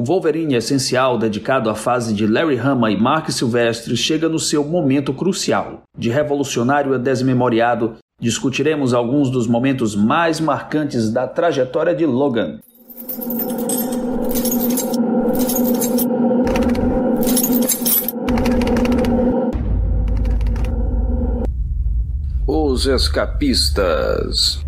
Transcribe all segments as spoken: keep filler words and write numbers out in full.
Wolverine Essencial, dedicado à fase de Larry Hama e Marc Silvestre, chega no seu momento crucial. De revolucionário a desmemoriado, discutiremos alguns dos momentos mais marcantes da trajetória de Logan. Os Escapistas.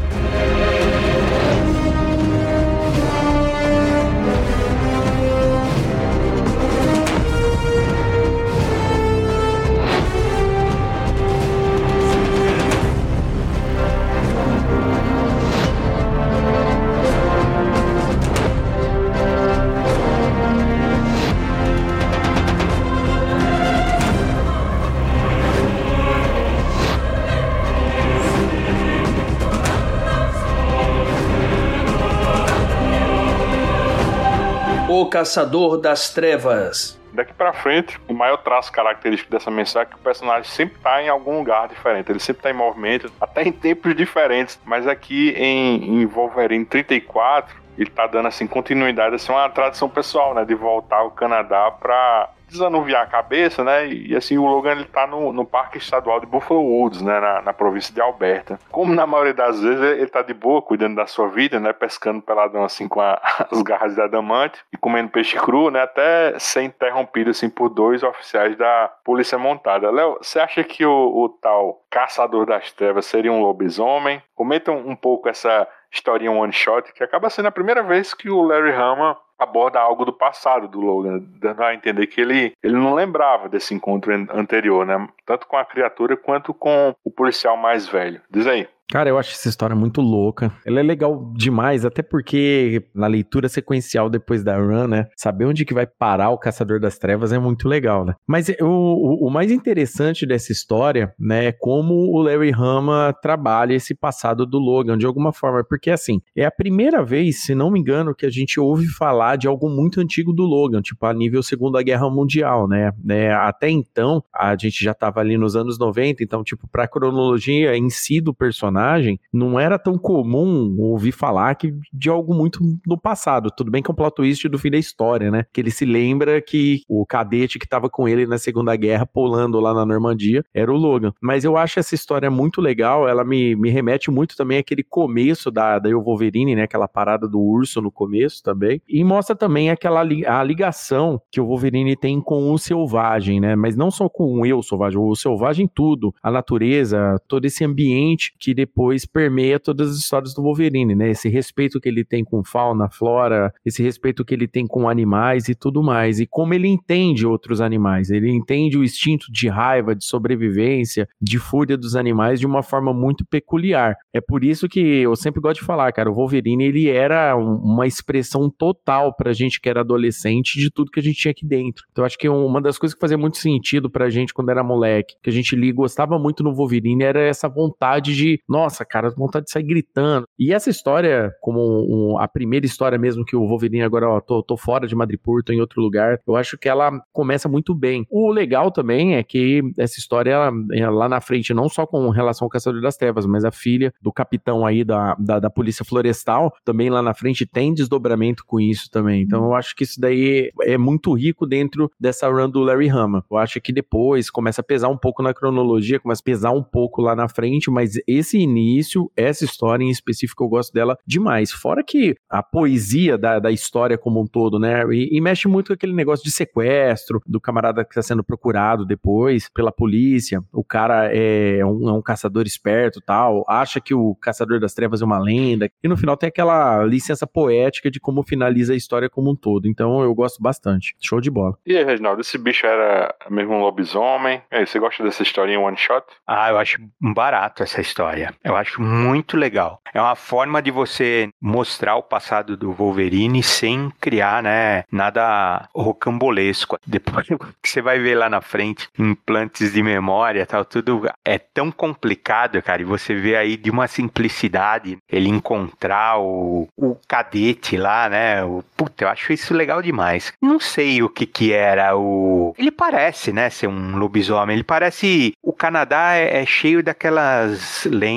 O Caçador das Trevas. Daqui pra frente, o maior traço característico dessa mensagem é que o personagem sempre tá em algum lugar diferente, ele sempre tá em movimento, até em tempos diferentes, mas aqui em, em Wolverine trinta e quatro, ele tá dando assim continuidade, assim, uma tradição pessoal, né, de voltar ao Canadá pra desanuviar a cabeça, né, e assim o Logan ele tá no, no Parque Estadual de Buffalo Woods, né, na, na província de Alberta. Como na maioria das vezes ele tá de boa, cuidando da sua vida, né, pescando peladão assim com a, as garras de adamante e comendo peixe cru, né, até ser interrompido assim por dois oficiais da Polícia Montada. Léo, você acha que o, o tal Caçador das Trevas seria um lobisomem? Comenta um, um pouco essa historinha one shot, que acaba sendo a primeira vez que o Larry Hama aborda algo do passado do Logan, dando a entender que ele, ele não lembrava desse encontro anterior, né? Tanto com a criatura quanto com o policial mais velho. Diz aí. Cara, eu acho essa história muito louca. Ela é legal demais, até porque na leitura sequencial depois da run, né? Saber onde que vai parar o Caçador das Trevas é muito legal, né? Mas o, o, o mais interessante dessa história, né, é como o Larry Hama trabalha esse passado do Logan, de alguma forma. Porque, assim, é a primeira vez, se não me engano, que a gente ouve falar de algo muito antigo do Logan, tipo, a nível Segunda Guerra Mundial, né? né? Até então, a gente já tava ali nos anos noventa, então, tipo, pra cronologia em si do personagem, não era tão comum ouvir falar que de algo muito no passado. Tudo bem que é um plot twist do fim da história, né? Que ele se lembra que o cadete que tava com ele na Segunda Guerra, pulando lá na Normandia, era o Logan. Mas eu acho essa história muito legal, ela me, me remete muito também àquele começo da, da Eu Wolverine, né? Aquela parada do urso no começo também. E mostra também aquela li, a ligação que o Wolverine tem com o selvagem, né? Mas não só com o eu selvagem, o selvagem tudo, a natureza, todo esse ambiente que depois depois permeia todas as histórias do Wolverine, né? Esse respeito que ele tem com fauna, flora, esse respeito que ele tem com animais e tudo mais. E como ele entende outros animais. Ele entende o instinto de raiva, de sobrevivência, de fúria dos animais de uma forma muito peculiar. É por isso que eu sempre gosto de falar, cara, o Wolverine, ele era um, uma expressão total pra gente que era adolescente de tudo que a gente tinha aqui dentro. Então, acho que uma das coisas que fazia muito sentido pra gente quando era moleque, que a gente li, gostava muito no Wolverine, era essa vontade de, nossa, cara, vontade de sair gritando. E essa história, como um, a primeira história mesmo que o Wolverine agora, ó, tô, tô fora de Madripoor, tô em outro lugar, eu acho que ela começa muito bem. O legal também é que essa história, ela, ela, lá na frente, não só com relação ao Caçador das Trevas, mas a filha do capitão aí da, da, da Polícia Florestal, também lá na frente tem desdobramento com isso também. Então eu acho que isso daí é muito rico dentro dessa run do Larry Hama. Eu acho que depois começa a pesar um pouco na cronologia, começa a pesar um pouco lá na frente, mas esse início, essa história em específico, eu gosto dela demais. Fora que a poesia da, da história como um todo, né, e, e mexe muito com aquele negócio de sequestro do camarada que está sendo procurado depois pela polícia. O cara é um, é um caçador esperto, tal, acha que o Caçador das Trevas é uma lenda, e no final tem aquela licença poética de como finaliza a história como um todo. Então eu gosto bastante. Show de bola. E aí, Reginaldo, esse bicho era mesmo um lobisomem? E aí, você gosta dessa historinha one shot? Ah, eu acho barato essa história. Eu acho muito legal. É uma forma de você mostrar o passado do Wolverine sem criar, né, nada rocambolesco. Depois que você vai ver lá na frente, implantes de memória, tal, tudo é tão complicado, cara, e você vê aí de uma simplicidade ele encontrar o, o cadete lá, né, o, puta, eu acho isso legal demais. Não sei o que que era o... Ele parece, né, ser um lobisomem, ele parece... O Canadá é, é cheio daquelas lendas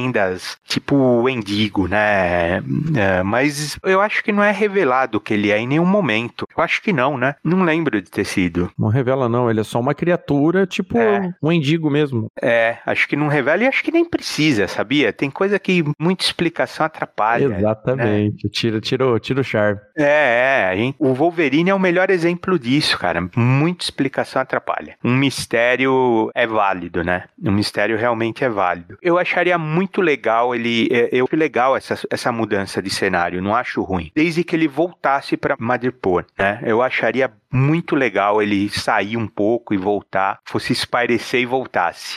lendas, tipo o Wendigo, né? É, mas eu acho que não é revelado que ele é em nenhum momento. Eu acho que não, né? Não lembro de ter sido. Não revela não, ele é só uma criatura, tipo É. um mendigo mesmo. É, acho que não revela e acho que nem precisa, sabia? Tem coisa que muita explicação atrapalha. Exatamente, Né? tira, tira, tira o charme. É, é, a gente, o Wolverine é o melhor exemplo disso, cara. Muita explicação atrapalha. Um mistério é válido, né? Um mistério realmente é válido. Eu acharia muito legal ele, eu acho legal essa, essa mudança de cenário, não acho ruim. Desde que ele voltasse pra Madripoor, né? Eu acharia muito legal ele sair um pouco e voltar, fosse espairecer e voltasse,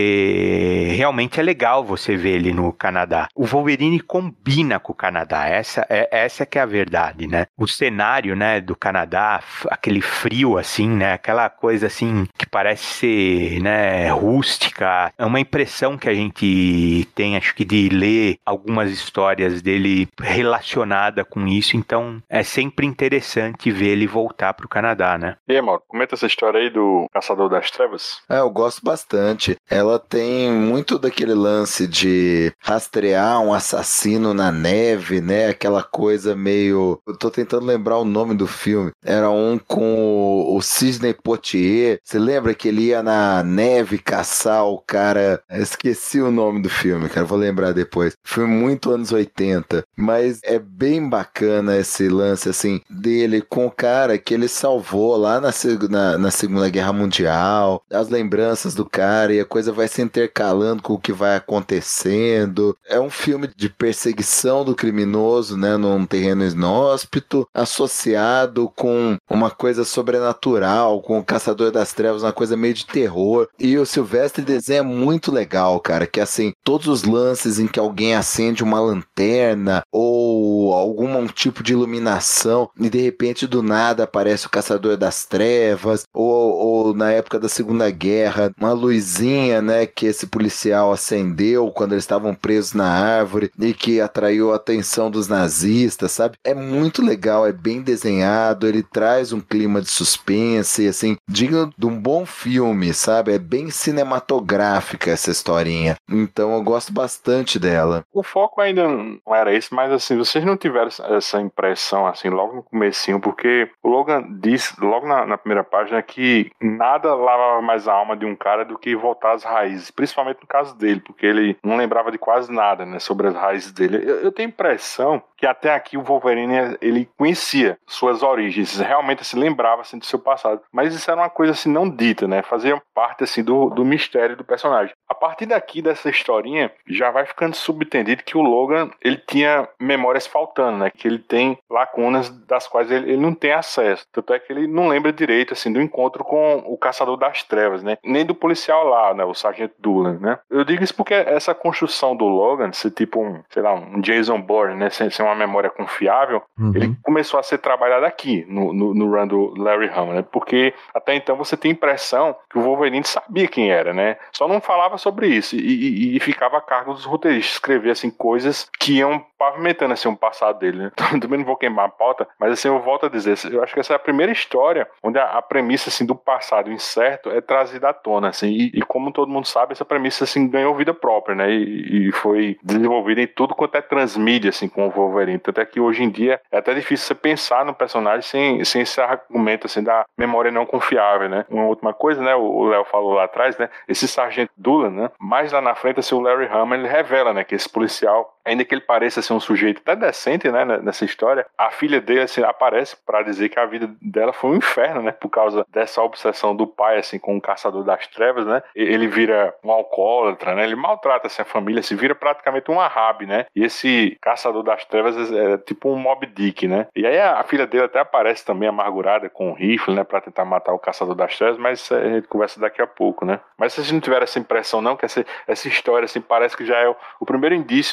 porque realmente é legal você ver ele no Canadá. O Wolverine combina com o Canadá, essa é essa que é a verdade, né? O cenário, né, do Canadá, aquele frio assim, né, aquela coisa assim que parece ser, né, rústica, é uma impressão que a gente tem, acho que de ler algumas histórias dele relacionada com isso, então é sempre interessante ver ele voltar pro Canadá, né? E aí, Mauro, comenta essa história aí do Caçador das Trevas. É, eu gosto bastante. Ela tem muito daquele lance de rastrear um assassino na neve, né? Aquela coisa meio... Eu tô tentando lembrar o nome do filme. Era um com o Sidney Poitier. Você lembra que ele ia na neve caçar o cara... Eu esqueci o nome do filme, cara. Vou lembrar depois. Filme muito anos oitenta. Mas é bem bacana esse lance, assim, dele com o cara que ele salvou lá na, na, na Segunda Guerra Mundial, as lembranças do cara e a coisa vai se intercalando com o que vai acontecendo. É um filme de perseguição do criminoso, né, num terreno inóspito, associado com uma coisa sobrenatural, com o Caçador das Trevas, uma coisa meio de terror. E o Silvestre desenha muito legal, cara, que assim, todos os lances em que alguém acende uma lanterna ou algum tipo de iluminação e de repente do nada aparece o Caçador das Trevas, ou, ou na época da Segunda Guerra, uma luzinha, né, que esse policial acendeu quando eles estavam presos na árvore e que atraiu a atenção dos nazistas, sabe? É muito legal, é bem desenhado, ele traz um clima de suspense, assim, digno de um bom filme, sabe? É bem cinematográfica essa historinha, então eu gosto bastante dela. O foco ainda não era esse, mas assim, vocês não tiveram essa impressão, assim, logo no comecinho, porque o Logan disse, logo na, na primeira página, que nada lavava mais a alma de um cara do que voltar às raízes, principalmente no caso dele, porque ele não lembrava de quase nada, né, sobre as raízes dele. Eu, eu tenho a impressão que até aqui o Wolverine, ele conhecia suas origens, realmente se lembrava assim, do seu passado, mas isso era uma coisa assim não dita, né, fazia parte assim do, do mistério do personagem. A partir daqui dessa historinha, já vai ficando subentendido que o Logan, ele tinha memórias faltando, né, que ele tem lacunas das quais ele, ele não tem acesso, tanto é que ele não lembra direito assim do encontro com o Caçador das Trevas, né, nem do policial lá, né, o Sargento Doolan, né. Eu digo isso porque essa construção do Logan, ser tipo um, sei lá, um Jason Bourne, né, sem, sem uma memória confiável, uhum. Ele começou a ser trabalhado aqui, no, no, no run do Larry Hama, né? Porque até então você tem a impressão que o Wolverine sabia quem era, né? Só não falava sobre isso e, e, e ficava a cargo dos roteiristas, escrever assim, coisas que iam pavimentando assim, um passado dele, né? Também não vou queimar a pauta, mas assim, eu volto a dizer, eu acho que essa é a primeira história onde a, a premissa assim, do passado incerto é trazida à tona, assim, e, e como todo mundo sabe, essa premissa assim, ganhou vida própria, né? E, e foi desenvolvida em tudo quanto é transmídia, assim, com o Wolverine. Tanto é que hoje em dia é até difícil você pensar no personagem sem, sem esse argumento assim, da memória não confiável, né? Uma última coisa, né? O Léo falou lá atrás, né? Esse Sargento Doolan, né? Mais lá na frente, assim, o Larry Hama, ele revela, né? Que esse policial, ainda que ele pareça ser um sujeito até decente, né? Nessa história, a filha dele, assim, aparece para dizer que a vida dela foi um inferno, né? Por causa dessa obsessão do pai, assim, com o Caçador das Trevas, né? Ele vira um alcoólatra, né? Ele maltrata, assim, a família, assim, vira praticamente um Ahab, né? E esse Caçador das Trevas é tipo um Mob Dick, né? E aí a, a filha dele até aparece também amargurada com um rifle, né? Pra tentar matar o Caçador das Trevas, mas a gente conversa daqui a pouco, né? Mas se vocês não tiverem essa impressão, não, que essa, essa história, assim, parece que já é o, o primeiro indício, assim, que esse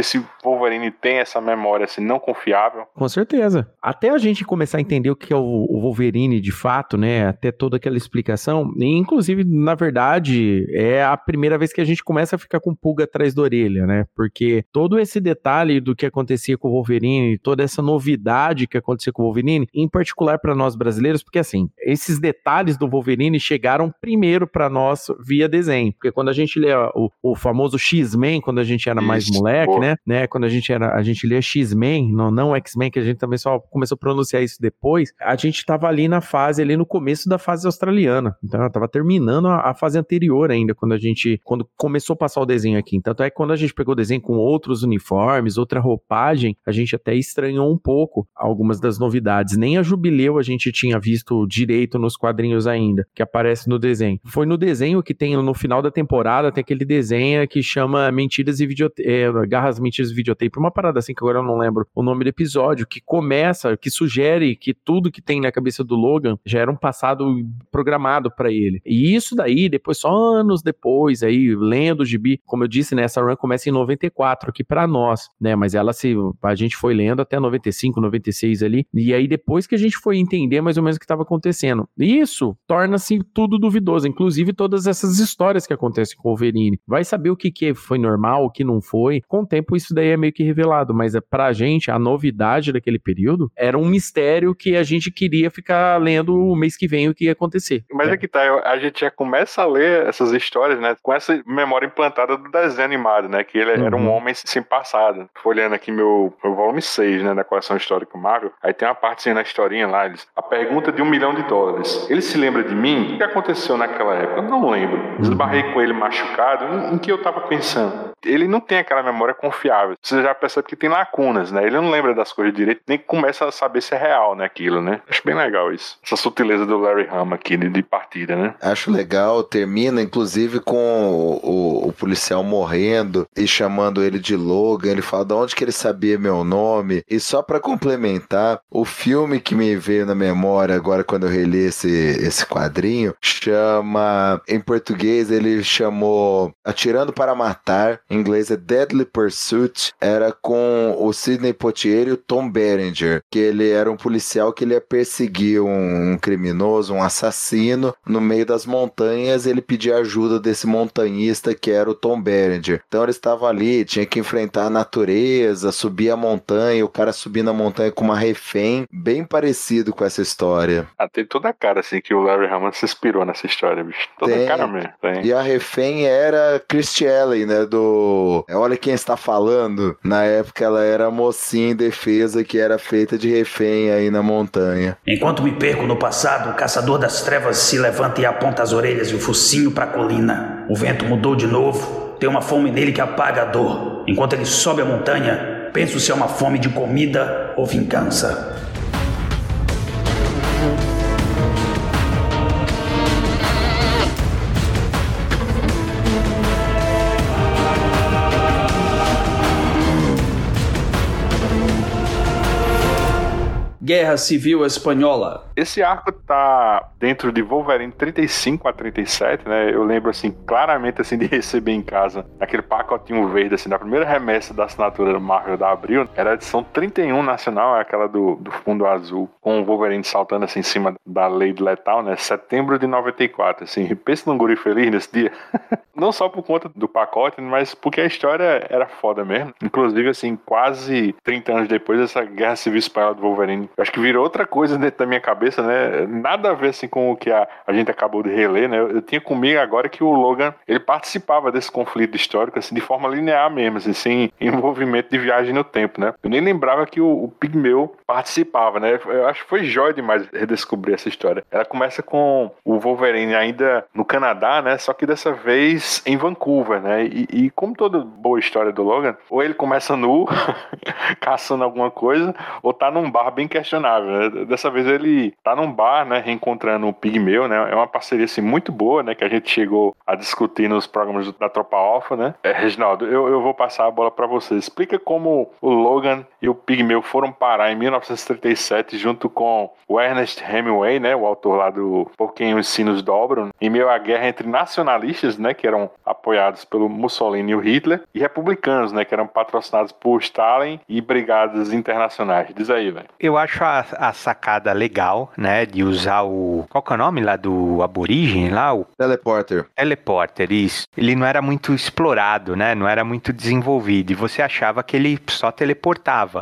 esse Wolverine tem essa memória assim, não confiável. Com certeza. Até a gente começar a entender o que é o, o Wolverine de fato, né? Até toda aquela explicação. E, inclusive, na verdade, é a primeira vez que a gente começa a ficar com pulga atrás da orelha, né? Porque todo esse detalhe do que acontecia com o Wolverine, toda essa novidade que acontecia com o Wolverine, em particular para nós brasileiros, porque assim, esses detalhes do Wolverine chegaram primeiro para nós via desenho. Porque quando a gente lê o, o famoso X-Men, quando a gente era mais Isso, moleque, boa. né? né? Quando a gente era, a gente lia X-Men, não, não X-Men, que a gente também só começou a pronunciar isso depois, a gente tava ali na fase, ali no começo da fase australiana. Então, eu tava terminando a, a fase anterior ainda, quando a gente, quando começou a passar o desenho aqui. Tanto é que quando a gente pegou o desenho com outros uniformes, outra roupagem, a gente até estranhou um pouco algumas das novidades. Nem a Jubileu a gente tinha visto direito nos quadrinhos ainda, que aparece no desenho. Foi no desenho que tem, no final da temporada, tem aquele desenho que chama Mentiras e Videotape, é, Garras, Mentiras e Videotape, uma parada assim que agora eu não lembro o nome do episódio, que começa, que sugere que tudo que tem na cabeça do Logan já era um passado programado pra ele. E isso daí, depois, só anos depois, aí, lendo o gibi, como eu disse, né, essa run começa em noventa e quatro aqui pra nós, né, mas ela se, a gente foi lendo até noventa e cinco, noventa e seis ali, e aí depois que a gente foi entender mais ou menos o que estava acontecendo. Isso torna-se tudo duvidoso, inclusive todas essas histórias que acontecem com o Wolverine. Vai saber o que, que foi normal, o que não foi. Com o tempo isso daí é meio que revelado, mas pra gente, a novidade daquele período era um mistério que a gente queria ficar lendo o mês que vem o que ia acontecer. Mas é, é que tá, a gente já começa a ler essas histórias, né, com essa memória implantada do desenho animado, né, que ele uhum. era um homem sem passado. Folhando aqui meu, meu volume seis, né, da coleção histórica Marvel, aí tem uma parte assim na historinha lá, eles, a pergunta de um milhão de dólares. Ele se lembra de mim? O que aconteceu naquela época? Eu não lembro. Esbarrei com ele machucado, em, em que eu tava pensando? Ele não tem aquela memória confiável. Você já percebe que tem lacunas, né? Ele não lembra das coisas direito, nem começa a saber se é real, né, aquilo, né? Acho bem legal isso. Essa sutileza do Larry Hama aqui de, de partida, né? Acho legal. Termina, inclusive, com o, o, o policial morrendo e chamando ele de Logan. Ele fala de onde que ele sabia meu nome. E só pra complementar, o filme que me veio na memória agora quando eu reli esse, esse quadrinho chama, em português ele chamou Atirando para Matar, em inglês é Deadly Pursuit, era com o Sidney Poitier e o Tom Berenger, que ele era um policial que ele ia perseguir um, um criminoso, um assassino, no meio das montanhas. Ele pedia ajuda desse montanhista que era o Tom Berenger. Então eles estavam ali, tinha que enfrentar a natureza, subir a montanha, o cara subindo a montanha com uma refém, bem parecido com essa história. Ah, tem toda a cara assim que o Larry Hama se inspirou nessa história, bicho. Toda tem, a cara mesmo. Tem. E a refém era Christy Alley, né, do Olha Quem Está Falando. Na época ela era a mocinha indefesa que era feita de refém aí na montanha. Enquanto me perco no passado, o caçador das trevas se levanta e aponta as orelhas e o focinho para a colina. O vento mudou de novo. Tem uma fome nele que apaga a dor. Enquanto ele sobe a montanha, penso se é uma fome de comida ou vingança. Guerra Civil Espanhola. Esse arco tá dentro de Wolverine trinta e cinco a trinta e sete, né? Eu lembro, assim, claramente, assim, de receber em casa aquele pacotinho verde, assim, da primeira remessa da assinatura do Marvel da Abril. Era a edição trinta e um nacional, aquela do, do fundo azul, com o Wolverine saltando, assim, em cima da Lady Lethal, né? Setembro de noventa e quatro, assim. Pensa num guri feliz nesse dia. Não só por conta do pacote, mas porque a história era foda mesmo. Inclusive, assim, quase trinta anos depois dessa Guerra Civil Espanhola do Wolverine, acho que virou outra coisa dentro da minha cabeça, né? Nada a ver, assim, com o que a, a gente acabou de reler, né? Eu, eu tinha comigo agora que o Logan, ele participava desse conflito histórico, assim, de forma linear mesmo, assim, sem envolvimento de viagem no tempo, né? Eu nem lembrava que o, o Pigmeu participava, né? Eu acho que foi jóia demais redescobrir essa história. Ela começa com o Wolverine ainda no Canadá, né? Só que dessa vez em Vancouver, né? E, e como toda boa história do Logan, ou ele começa nu, caçando alguma coisa, ou tá num bar bem questionado inquestionável, né? Dessa vez ele tá num bar, né, reencontrando o Pigmeu, né? É uma parceria, assim, muito boa, né, que a gente chegou a discutir nos programas da Tropa Alpha, né? É, Reginaldo, eu, eu vou passar a bola pra você. Explica como o Logan e o Pigmeu foram parar em mil novecentos e trinta e sete junto com o Ernest Hemingway, né, o autor lá do Por Quem os Sinos Dobram, em meio à guerra entre nacionalistas, né, que eram apoiados pelo Mussolini e o Hitler, e republicanos, né, que eram patrocinados por Stalin e brigadas internacionais. Diz aí, velho. Eu acho a, a sacada legal, né, de usar o... Qual que é o nome lá do aborígene lá? O Teleporter. Teleporter, isso. Ele não era muito explorado, né, não era muito desenvolvido, e você achava que ele só teleportava.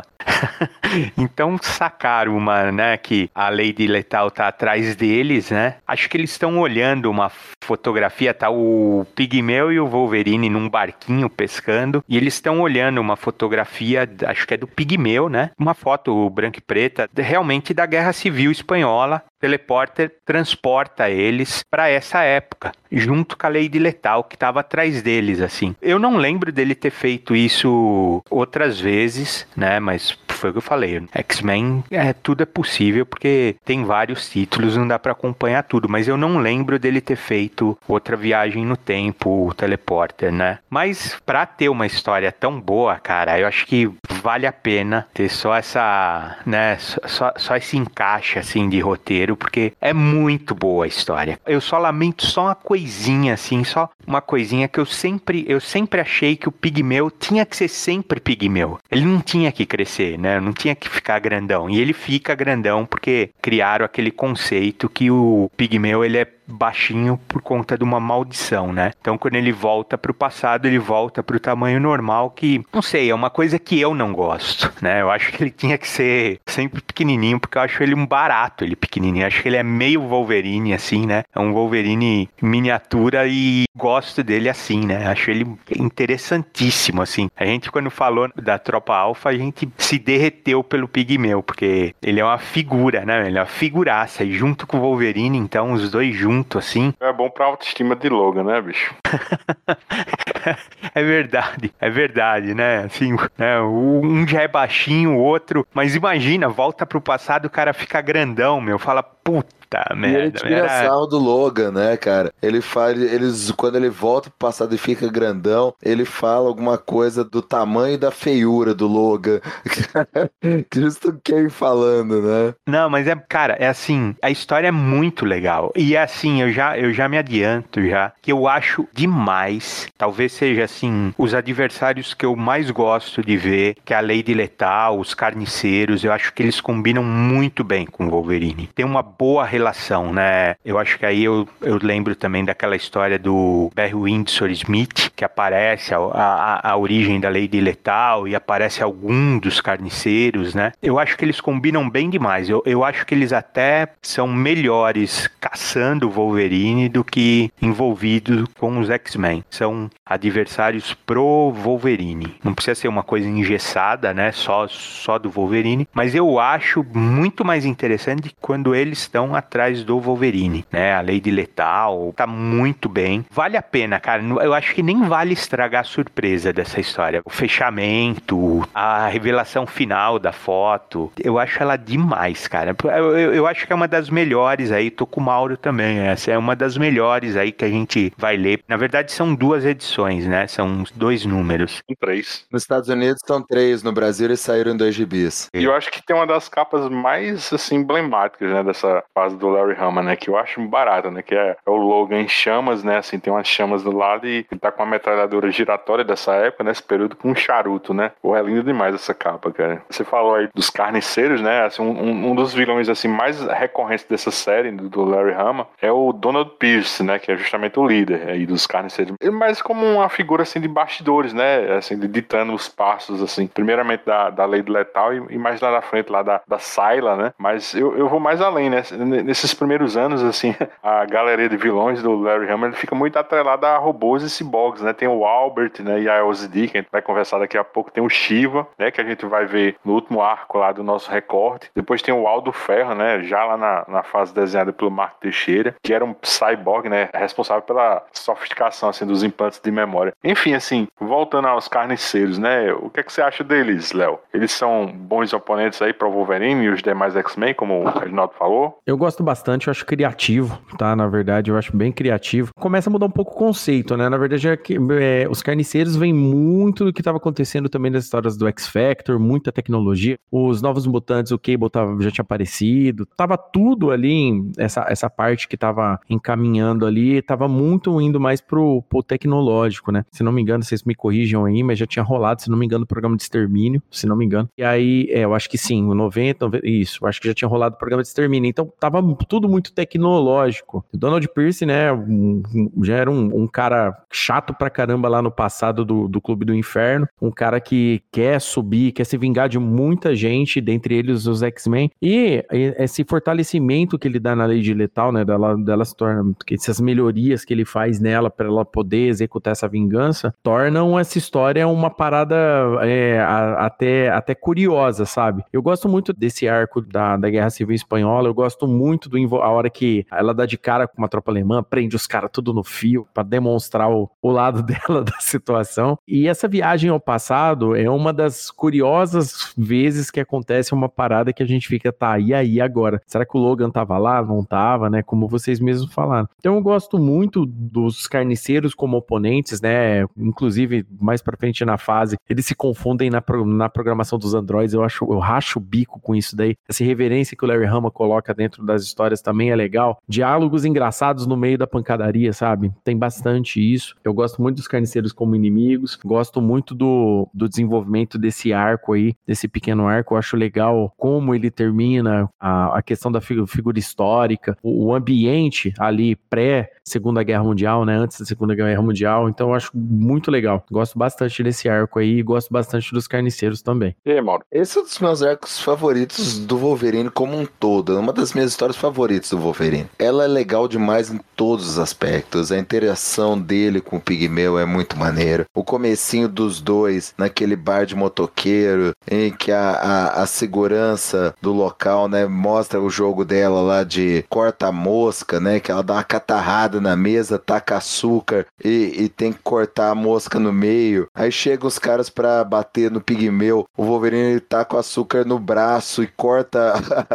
Então sacaram uma, né, que a Lady Lethal tá atrás deles, né? Acho que eles estão olhando uma fotografia, tá o Pigmeu e o Wolverine num barquinho pescando, e eles estão olhando uma fotografia, acho que é do Pigmeu, né? Uma foto branca e preta, realmente da Guerra Civil Espanhola. Teleporter transporta eles para essa época, junto com a Lady Lethal, que estava atrás deles, assim. Eu não lembro dele ter feito isso outras vezes, né, mas foi o que eu falei, X-Men, é, tudo é possível, porque tem vários títulos, não dá para acompanhar tudo, mas eu não lembro dele ter feito outra viagem no tempo, o Teleporter, né. Mas para ter uma história tão boa, cara, eu acho que vale a pena ter só essa, né, só, só esse encaixe, assim, de roteiro, porque é muito boa a história. Eu só lamento só uma coisinha, assim, só uma coisinha que eu sempre, eu sempre achei que o Pigmeu tinha que ser sempre Pigmeu. Ele não tinha que crescer, né? Não tinha que ficar grandão. E ele fica grandão porque criaram aquele conceito que o Pigmeu, ele é baixinho por conta de uma maldição, né? Então, quando ele volta pro passado, ele volta pro tamanho normal, que, não sei, é uma coisa que eu não gosto, né? Eu acho que ele tinha que ser sempre pequenininho, porque eu acho ele um barato, ele pequenininho. Eu acho que ele é meio Wolverine, assim, né? É um Wolverine miniatura e gosto dele assim, né? Acho ele interessantíssimo, assim. A gente, quando falou da Tropa Alpha, a gente se derreteu pelo Pigmeu, porque ele é uma figura, né? Ele é uma figuraça, e junto com o Wolverine, então, os dois juntos, assim. É bom pra autoestima de Logan, né, bicho? É verdade, é verdade, né? Assim, né? Um já é baixinho, o outro, mas imagina, volta pro passado, o cara fica grandão, meu, fala, puta. Tá, merda, e ele tira era... sarro do Logan, né, cara? Ele fala, eles, quando ele volta pro passado e fica grandão, ele fala alguma coisa do tamanho e da feiura do Logan. Justo quem falando, né? Não, mas é, cara, é assim, a história é muito legal. E é assim, eu já, eu já me adianto já, que eu acho demais, talvez seja assim, os adversários que eu mais gosto de ver, que é a Lady Lethal, os Carniceiros, eu acho que eles combinam muito bem com o Wolverine. Tem uma boa relação, né? Eu acho que aí eu, eu lembro também daquela história do Barry Windsor Smith, que aparece a, a, a origem da Lady Lethal e aparece algum dos Carniceiros, né? Eu acho que eles combinam bem demais. Eu, eu acho que eles até são melhores caçando o Wolverine do que envolvidos com os X-Men. São adversários pro Wolverine. Não precisa ser uma coisa engessada, né? Só, só do Wolverine. Mas eu acho muito mais interessante quando eles estão atrás do Wolverine, né? A Lady Lethal tá muito bem. Vale a pena, cara. Eu acho que nem vale estragar a surpresa dessa história. O fechamento, a revelação final da foto. Eu acho ela demais, cara. Eu, eu, eu acho que é uma das melhores aí. Tô com o Mauro também. Essa é uma das melhores aí que a gente vai ler. Na verdade, são duas edições, né? São dois números. Três. Nos Estados Unidos são três. No Brasil eles saíram em dois gibis. E eu acho que tem uma das capas mais, assim, emblemáticas, né? Dessa fase do Larry Hama, né, que eu acho barato, né, que é, é o Logan em chamas, né, assim, tem umas chamas do lado e ele tá com uma metralhadora giratória dessa época, nesse período, com um charuto, né. Pô, é lindo demais essa capa, cara. Você falou aí dos Carniceiros, né, assim, um, um dos vilões, assim, mais recorrentes dessa série, do, do Larry Hama, é o Donald Pierce, né, que é justamente o líder aí dos Carniceiros. Ele mais como uma figura, assim, de bastidores, né, assim, de ditando os passos, assim, primeiramente da, da Lady Lethal e, e mais lá na frente, lá da, da Syla, né, mas eu, eu vou mais além, né, nesses primeiros anos, assim, a galeria de vilões do Larry Hama, ele fica muito atrelada a robôs e ciborgues, né? Tem o Albert, né? E a Elsie D, que a gente vai conversar daqui a pouco. Tem o Shiva, né? Que a gente vai ver no último arco lá do nosso recorte. Depois tem o Aldo Ferro, né? Já lá na, na fase desenhada pelo Marco Teixeira, que era um cyborg, né? Responsável pela sofisticação, assim, dos implantes de memória. Enfim, assim, voltando aos carniceiros, né? O que é que você acha deles, Léo? Eles são bons oponentes aí para o Wolverine e os demais X-Men, como o Reginaldo falou? Eu gosto bastante, eu acho criativo, tá? Na verdade, eu acho bem criativo. Começa a mudar um pouco o conceito, né? Na verdade, é que, é, os carniceiros vêm muito do que estava acontecendo também nas histórias do X-Factor, muita tecnologia. Os Novos Mutantes, o Cable tava, já tinha aparecido. Tava tudo ali, essa, essa parte que tava encaminhando ali, tava muito indo mais pro, pro tecnológico, né? Se não me engano, vocês me corrijam aí, mas já tinha rolado, se não me engano, o programa de extermínio, se não me engano. E aí, é, eu acho que sim, o noventa, noventa, isso, eu acho que já tinha rolado o programa de extermínio. Então, tava tudo muito tecnológico. O Donald Pierce, né, um, um, já era um, um cara chato pra caramba lá no passado do, do Clube do Inferno, um cara que quer subir, quer se vingar de muita gente, dentre eles os X-Men, e esse fortalecimento que ele dá na Lady Lethal, né, dela, dela se torna, essas melhorias que ele faz nela pra ela poder executar essa vingança, tornam essa história uma parada é, a, até, até curiosa, sabe? Eu gosto muito desse arco da, da Guerra Civil Espanhola, eu gosto muito do a hora que ela dá de cara com uma tropa alemã, prende os caras tudo no fio pra demonstrar o, o lado dela da situação. E essa viagem ao passado é uma das curiosas vezes que acontece uma parada que a gente fica, tá, e aí agora? Será que o Logan tava lá? Não tava, né? Como vocês mesmos falaram. Então eu gosto muito dos carniceiros como oponentes, né? Inclusive, mais pra frente na fase, eles se confundem na, pro, na programação dos androides. Eu acho, eu racho o bico com isso daí. Essa reverência que o Larry Hama coloca dentro das histórias também é legal. Diálogos engraçados no meio da pancadaria, sabe? Tem bastante isso. Eu gosto muito dos carniceiros como inimigos. Gosto muito do, do desenvolvimento desse arco aí, desse pequeno arco. Eu acho legal como ele termina, a, a questão da figura histórica, o, o ambiente ali pré Segunda Guerra Mundial, né? Antes da Segunda Guerra Mundial. Então eu acho muito legal. Gosto bastante desse arco aí e gosto bastante dos carniceiros também. E aí, Mauro? Esse é um dos meus arcos favoritos do Wolverine como um todo. É uma das minhas histórias favoritas do Wolverine. Ela é legal demais em todos os aspectos. A interação dele com o Pigmeu é muito maneiro. O comecinho dos dois naquele bar de motoqueiro, em que a, a, a segurança do local, né, mostra o jogo dela lá de corta-mosca, né, que ela dá uma catarrada na mesa, taca açúcar e, e tem que cortar a mosca no meio. Aí chegam os caras pra bater no Pigmeu. O Wolverine tá com açúcar no braço e corta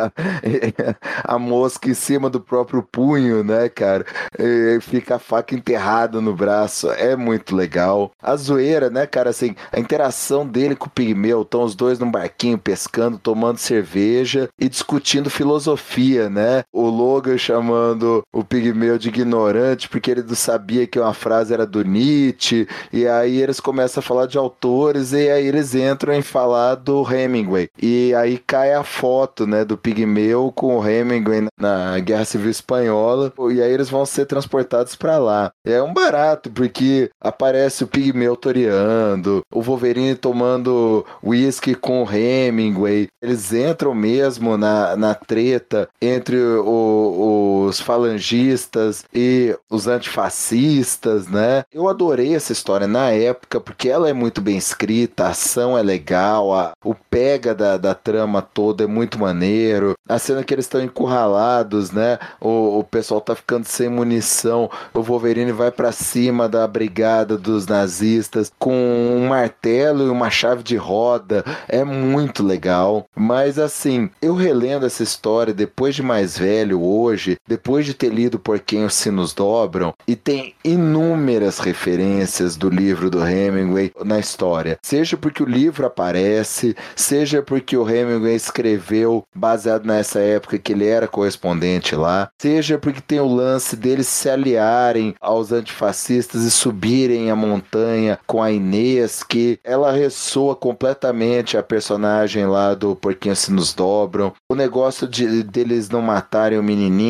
a, a mosca em cima do próprio punho, né, cara? E fica a faca enterrada no braço. É muito legal. A zoeira, né, cara, assim, a interação dele com o Pigmeu, estão os dois num barquinho pescando, tomando cerveja e discutindo filosofia, né? O Logan chamando o Pigmeu de ignorante porque ele não sabia que uma frase era do Nietzsche, e aí eles começam a falar de autores e aí eles entram em falar do Hemingway. E aí cai a foto, né, do Pigmeu com o Hemingway na Guerra Civil Espanhola, e aí eles vão ser transportados pra lá. É um barato, porque aparece o Pigmeu toreando, o Wolverine tomando whisky com o Hemingway. Eles entram mesmo na, na treta entre o, os falangistas e os antifascistas, né? Eu adorei essa história na época, porque ela é muito bem escrita, a ação é legal, a, o pega da, da trama toda é muito maneiro, a cena que eles estão encurralados, né? O, o pessoal tá ficando sem munição, o Wolverine vai pra cima da brigada dos nazistas com um martelo e uma chave de roda, é muito legal. Mas assim, eu relendo essa história depois de mais velho hoje, depois de ter lido Por Quem os Sinos Dobram, e tem inúmeras referências do livro do Hemingway na história, seja porque o livro aparece, seja porque o Hemingway escreveu baseado nessa época que ele era correspondente lá, seja porque tem o lance deles se aliarem aos antifascistas e subirem a montanha com a Inês, que ela ressoa completamente a personagem lá do Por Quem os Sinos Dobram, o negócio de deles não matarem o menininho, que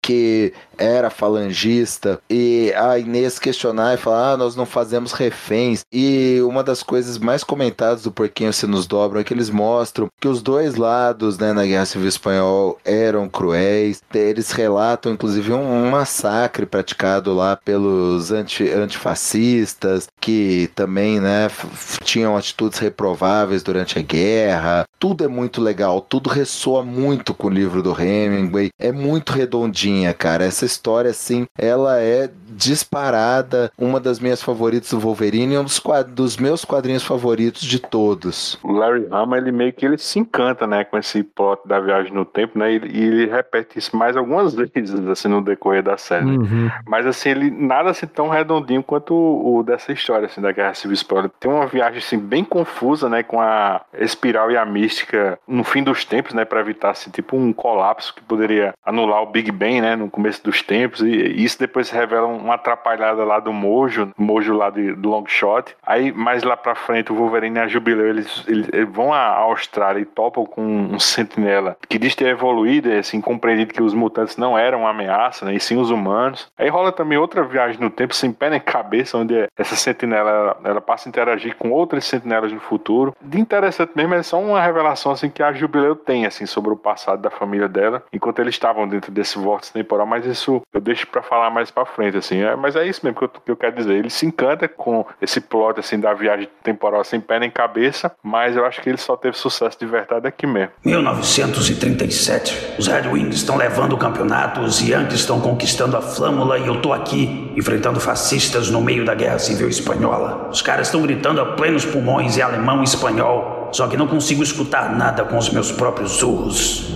que era falangista, e a Inês questionar e falar, ah, nós não fazemos reféns, e uma das coisas mais comentadas do Porquinho Se Nos Dobram é que eles mostram que os dois lados, né, na Guerra Civil Espanhola eram cruéis, eles relatam inclusive um, um massacre praticado lá pelos anti, antifascistas, que também, né, f- tinham atitudes reprováveis durante a guerra. Tudo é muito legal, tudo ressoa muito com o livro do Hemingway, é muito redondinha, cara. Essa história, assim, ela é disparada, uma das minhas favoritas do Wolverine e um dos, quad- dos meus quadrinhos favoritos de todos. O Larry Hama, ele meio que ele se encanta, né, com esse plot da viagem no tempo, né, e ele, e ele repete isso mais algumas vezes, assim, no decorrer da série. Né? Uhum. Mas, assim, ele nada assim tão redondinho quanto o, o dessa história, assim, da Guerra Civil Espanhola. Tem uma viagem, assim, bem confusa, né, com a espiral e a mística no fim dos tempos, né, para evitar, assim, tipo um colapso que poderia anular o Big Bang, né, no começo dos tempos, e, e isso depois revela uma atrapalhada lá do Mojo, Mojo lá de, do Longshot. Aí, mais lá pra frente, o Wolverine e a Jubileu, eles, eles, eles vão à Austrália e topam com um sentinela que diz ter evoluído, e, assim, compreendido que os mutantes não eram uma ameaça, né, e sim os humanos. Aí rola também outra viagem no tempo, sem pé nem cabeça, onde essa sentinela, ela, ela passa a interagir com outras sentinelas no futuro. De interessante mesmo, é só uma revelação, assim, que a Jubileu tem, assim, sobre o passado da família dela, enquanto eles estavam dentro desse vórtice temporal, mas isso eu deixo pra falar mais pra frente, assim. É, mas é isso mesmo que eu, que eu quero dizer. Ele se encanta com esse plot, assim, da viagem temporal sem pé nem cabeça, mas eu acho que ele só teve sucesso de verdade aqui mesmo. mil novecentos e trinta e sete. Os Red Wings estão levando o campeonato, os Yankees estão conquistando a flâmula e eu tô aqui, enfrentando fascistas no meio da Guerra Civil Espanhola. Os caras estão gritando a plenos pulmões em alemão e espanhol, só que não consigo escutar nada com os meus próprios urros.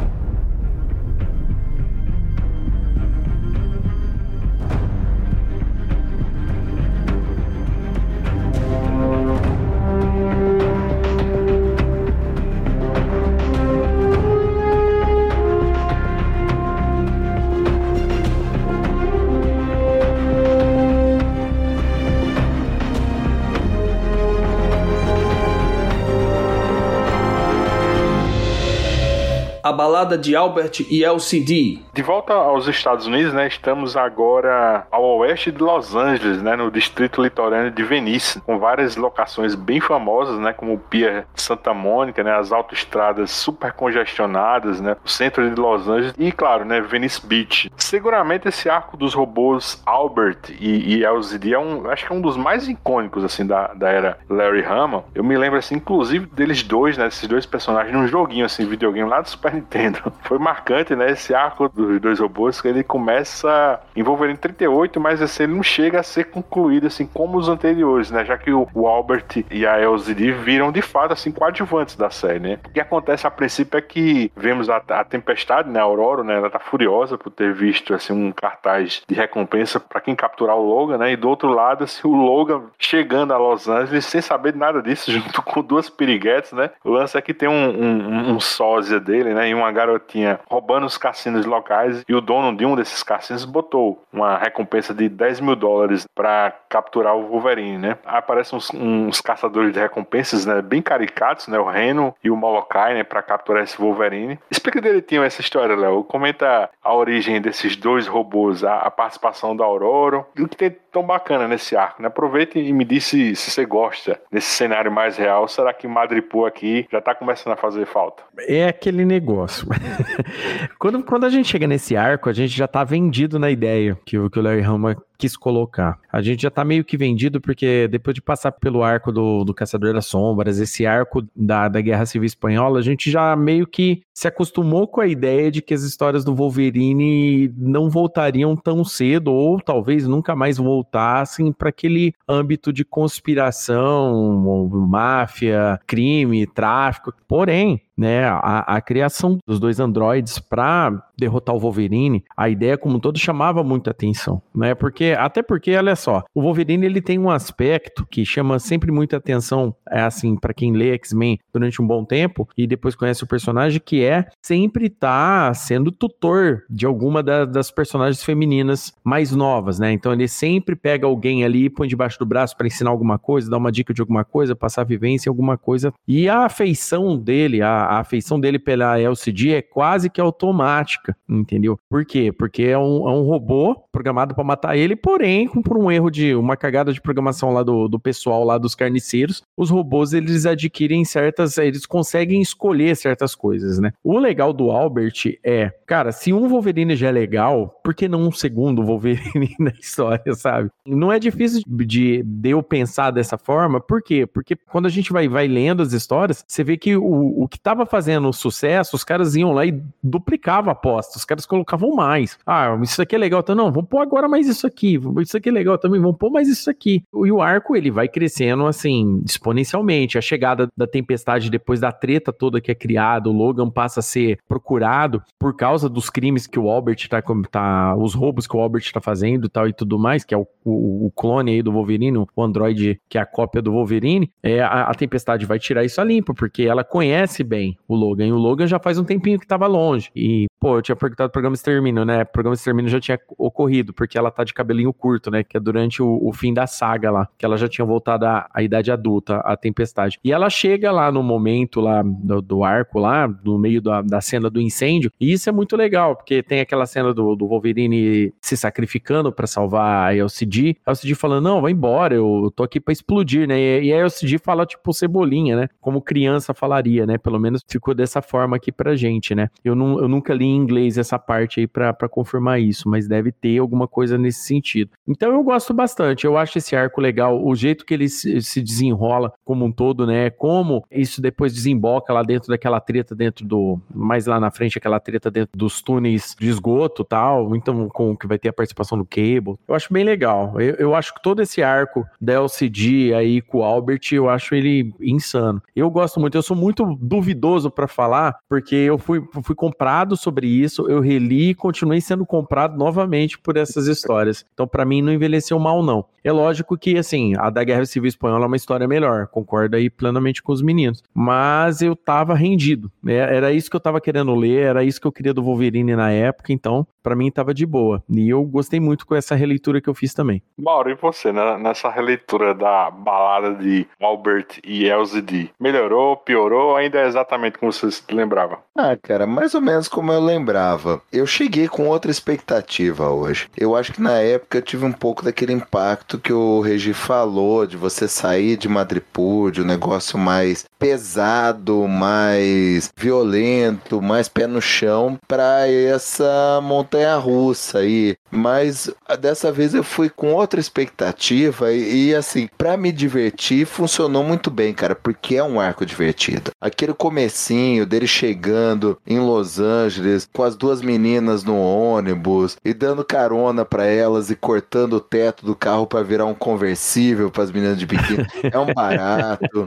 A balada de Albert e L C D. De volta aos Estados Unidos, né, estamos agora ao oeste de Los Angeles, né, no distrito litorâneo de Venice, com várias locações bem famosas, né, como o Pier de Santa Mônica, né, as autoestradas super congestionadas, né, o centro de Los Angeles e, claro, né, Venice Beach. Seguramente esse arco dos robôs Albert e, e L C D é um, acho que é um dos mais icônicos, assim, da, da era Larry Hama. Eu me lembro, assim, inclusive deles dois, né, esses dois personagens num joguinho, assim, videogame lá do Super Nintendo. Foi marcante, né, esse arco dos dois robôs, que ele começa em Wolverine trinta e oito, mas assim, ele não chega a ser concluído assim como os anteriores, né, já que o, o Albert e a L C D viram de fato assim coadjuvantes da série, né. O que acontece a princípio é que vemos a, a Tempestade, né, a Aurora, né, ela tá furiosa por ter visto assim um cartaz de recompensa para quem capturar o Logan, né, e do outro lado assim, o Logan chegando a Los Angeles sem saber de nada disso, junto com duas piriguetes, né. O lance é que tem um, um, um sósia dele, né, e uma garotinha roubando os cassinos locais, e o dono de um desses cassinos botou uma recompensa de dez mil dólares para capturar o Wolverine, né. Aparecem uns, uns caçadores de recompensas, né, bem caricatos, né, o Reno e o Molokai, né, para capturar esse Wolverine. Explica direitinho essa história, Léo. Comenta a origem desses dois robôs, a, a participação da Aurora, e o que tem tão bacana nesse arco, né. Aproveita e me diz se, se você gosta desse cenário mais real. Será que Madripoor aqui já tá começando a fazer falta? É aquele negócio. quando, quando a gente chega nesse arco, a gente já tá vendido na ideia que o, que o Larry Hama quis colocar. A gente já tá meio que vendido porque depois de passar pelo arco do, do Caçador das Sombras, esse arco da, da Guerra Civil Espanhola, a gente já meio que se acostumou com a ideia de que as histórias do Wolverine não voltariam tão cedo ou talvez nunca mais voltassem para aquele âmbito de conspiração, máfia, crime, tráfico. Porém, né, a, a criação dos dois androides para derrotar o Wolverine, a ideia como um todo chamava muita atenção, né, porque, até porque, olha só, o Wolverine ele tem um aspecto que chama sempre muita atenção, é assim, para quem lê X-Men durante um bom tempo e depois conhece o personagem, que é sempre estar tá sendo tutor de alguma da, das personagens femininas mais novas, né, então ele sempre pega alguém ali e põe debaixo do braço para ensinar alguma coisa, dar uma dica de alguma coisa, passar vivência em alguma coisa, e a afeição dele, a a, a afeição dele pela L C D é quase que automática, entendeu? Por quê? Porque é um, é um robô programado para matar ele, porém, por um erro de uma cagada de programação lá do, do pessoal lá dos carniceiros, os robôs eles adquirem certas, eles conseguem escolher certas coisas, né? O legal do Albert é, cara, se um Wolverine já é legal, por que não um segundo Wolverine na história, sabe? Não é difícil de, de eu pensar dessa forma, por quê? Porque quando a gente vai, vai lendo as histórias, você vê que o, o que tava fazendo sucesso, os caras iam lá e duplicavam a aposta, os caras colocavam mais. Ah, isso aqui é legal, então não, vamos pôr agora mais isso aqui, isso aqui é legal também, vamos pôr mais isso aqui. E o arco, ele vai crescendo, assim, exponencialmente. A chegada da Tempestade depois da treta toda que é criada, o Logan passa a ser procurado por causa dos crimes que o Albert tá, tá os roubos que o Albert tá fazendo tal e tudo mais, que é o, o, o clone aí do Wolverine, o androide que é a cópia do Wolverine, é, a, a Tempestade vai tirar isso a limpo, porque ela conhece bem o Logan, e o Logan já faz um tempinho que tava longe, e pô, eu tinha perguntado do Programa Extermínio, né, o Programa Extermínio já tinha ocorrido, porque ela tá de cabelinho curto, né, que é durante o, o fim da saga lá, que ela já tinha voltado à, à idade adulta, a Tempestade, e ela chega lá no momento lá do, do arco lá, no meio da, da cena do incêndio, e isso é muito legal, porque tem aquela cena do, do Wolverine se sacrificando pra salvar a L C D, a L C D falando, não, vai embora, eu tô aqui pra explodir, né, e a L C D fala tipo Cebolinha, né, como criança falaria, né, pelo menos ficou dessa forma aqui pra gente, né, eu, não, eu nunca li em inglês essa parte aí pra, pra confirmar isso, mas deve ter alguma coisa nesse sentido. Então eu gosto bastante, eu acho esse arco legal, o jeito que ele se, se desenrola como um todo, né, como isso depois desemboca lá dentro daquela treta dentro do, mais lá na frente, aquela treta dentro dos túneis de esgoto e tal, então com que vai ter a participação do Cable, eu acho bem legal, eu, eu acho que todo esse arco da L C D aí com o Albert, eu acho ele insano, eu gosto muito, eu sou muito duvidoso pra falar, porque eu fui, fui comprado sobre isso, eu reli e continuei sendo comprado novamente por essas histórias, então pra mim não envelheceu mal não, é lógico que assim, a da Guerra Civil Espanhola é uma história melhor, concordo aí plenamente com os meninos, mas eu tava rendido, né? Era isso que eu tava querendo ler, era isso que eu queria do Wolverine na época, então pra mim tava de boa, e eu gostei muito com essa releitura que eu fiz também. Mauro, e você, né? Nessa releitura da balada de Albert e L C D, melhorou, piorou, ainda é exatamente como você se lembrava? Ah, cara, mais ou menos como eu lembrava. Eu cheguei com outra expectativa hoje. Eu acho que na época eu tive um pouco daquele impacto que o Regi falou, de você sair de Madripoor, um negócio mais pesado, mais violento, mais pé no chão, pra essa montanha-russa aí. Mas dessa vez eu fui com outra expectativa e, e assim, pra me divertir, funcionou muito bem, cara, porque é um arco divertido. Aquele comecinho dele chegando em Los Angeles, com as duas meninas no ônibus, e dando carona pra elas e cortando o teto do carro pra virar um conversível pras meninas de biquíni, é um barato.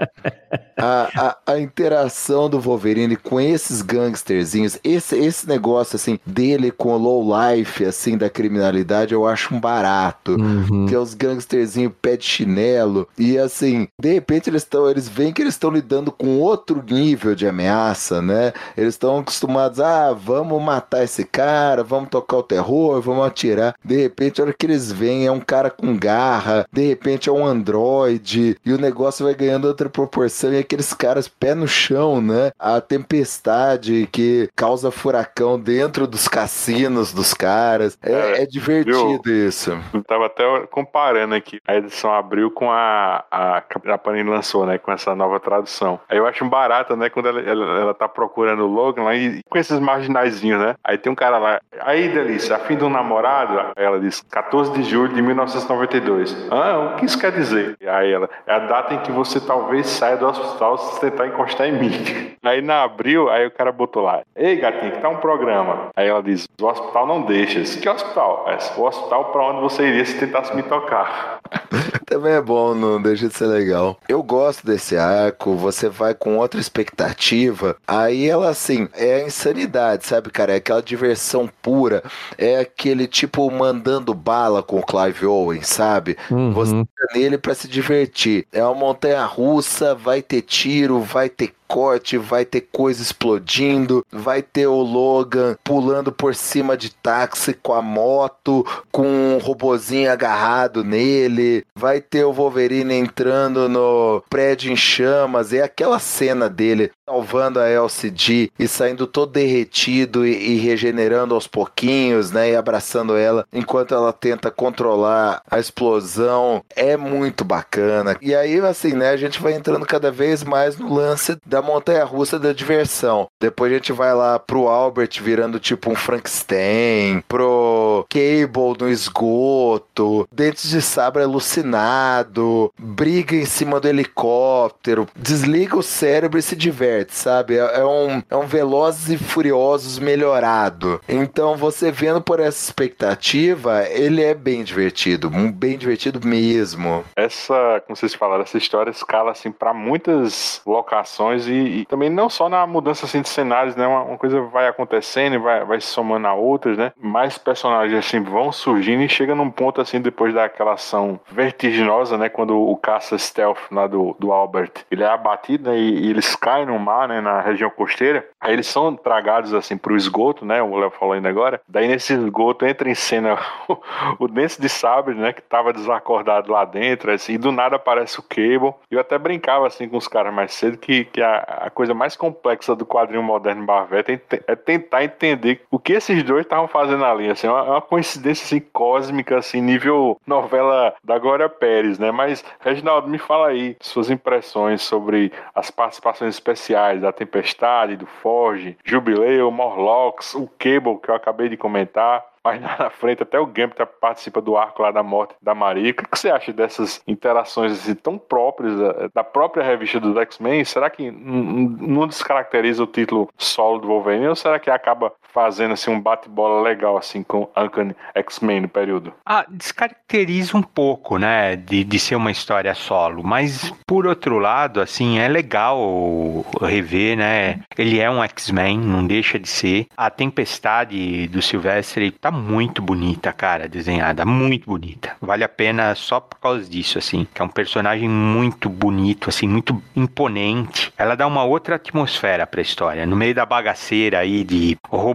A, a, a interação do Wolverine com esses gangsterzinhos, esse, esse negócio, assim, dele com o low life, assim, da criminalidade, eu acho um barato. Uhum. Que é os gangsterzinhos pé de chinelo, e assim, de repente eles estão, eles veem que eles estão lidando com outro nível de ameaça, né? Eles estão acostumados, ah, vamos matar esse cara, vamos tocar o terror, vamos atirar. De repente, a hora que eles veem, é um cara com garra, de repente é um androide, e o negócio vai ganhando outra proporção, e aqueles caras pé no chão, né? A tempestade que causa furacão dentro dos cassinos dos caras. É, é, é divertido eu, isso. Eu tava até comparando aqui a edição Abril com a, a que a Panini lançou, né? Com essa nova tradução. Aí eu acho um barato, né? Quando ela, ela, ela tá procurando o Logan lá e com esses marginaizinhos, né? Aí tem um cara lá. Aí, Delícia, a fim de um namorado? Aí ela diz, quatorze de julho de mil novecentos e noventa e dois. Ah, o que isso quer dizer? E aí ela, é a data em que você talvez saia do hospital se tentar encostar em mim. Aí na Abril, aí o cara botou lá, ei, gatinho, que tá um programa. Aí ela diz, o hospital não deixa. Que hospital? É, o hospital pra onde você iria se tentasse me tocar. Também é bom, não deixa de ser legal. Eu gosto desse arco, você vai com outra expectativa, aí ela assim, é a insanidade, sabe, cara? É aquela diversão pura, é aquele tipo mandando bala com o Clive Owen, sabe? Uhum. Você tá nele pra se divertir. É uma montanha russa, vai ter tiro, vai ter corte, vai ter coisa explodindo, vai ter o Logan pulando por cima de táxi com a moto, com um robozinho agarrado nele, vai ter o Wolverine entrando no prédio em chamas, e aquela cena dele salvando a L C D e saindo todo derretido e, e regenerando aos pouquinhos, né, e abraçando ela enquanto ela tenta controlar a explosão, é muito bacana. E aí, assim, né, a gente vai entrando cada vez mais no lance da montanha-russa da diversão. Depois a gente vai lá pro Albert virando tipo um Frankenstein, pro Cable no esgoto, Dentes de Sabre alucinado, briga em cima do helicóptero, desliga o cérebro e se diverte, sabe? É, é um, é um Velozes e Furiosos melhorado. Então, você vendo por essa expectativa, ele é bem divertido, bem divertido mesmo. Essa, como vocês falaram, essa história escala assim para muitas locações e, e também não só na mudança assim de cenários, né? Uma, uma coisa vai acontecendo e vai, vai se somando a outras, né? Mais personagens assim vão surgindo e chega num ponto assim depois daquela ação vertiginosa, né? Quando o caça stealth lá do, do Albert, ele é abatido, né? E, e eles caem no mar, né? Na região costeira. Aí eles são tragados assim pro esgoto, né? O Léo falou ainda agora. Daí nesse esgoto entra em cena o, o Dente de Sabre, né? Que tava desacordado lá dentro, assim, e do nada aparece o Cable. Eu até brincava assim com os caras mais cedo que, que a, a coisa mais complexa do quadrinho moderno Marvel é, é tentar entender o que esses dois estavam fazendo ali, assim, é uma, uma coincidência assim cósmica, assim, nível novela da Glória Pérez, né? Mas, Reginaldo, me fala aí suas impressões sobre as participações especiais da Tempestade, do Forge, Jubileu, Morlocks, o Cable, que eu acabei de comentar. Mas lá na frente até o Gambit participa do arco lá da morte da Maria. O que você acha dessas interações assim, tão próprias da própria revista dos X-Men? Será que não descaracteriza o título solo do Wolverine ou será que acaba fazendo assim, um bate-bola legal assim, com Uncanny X-Men no período? Ah, descaracteriza um pouco, né, de, de ser uma história solo, mas por outro lado, assim, é legal rever, né, ele é um X-Men, não deixa de ser. A Tempestade do Silvestre tá muito bonita, cara, desenhada, muito bonita. Vale a pena só por causa disso, assim, que é um personagem muito bonito, assim, muito imponente. Ela dá uma outra atmosfera pra história, no meio da bagaceira aí de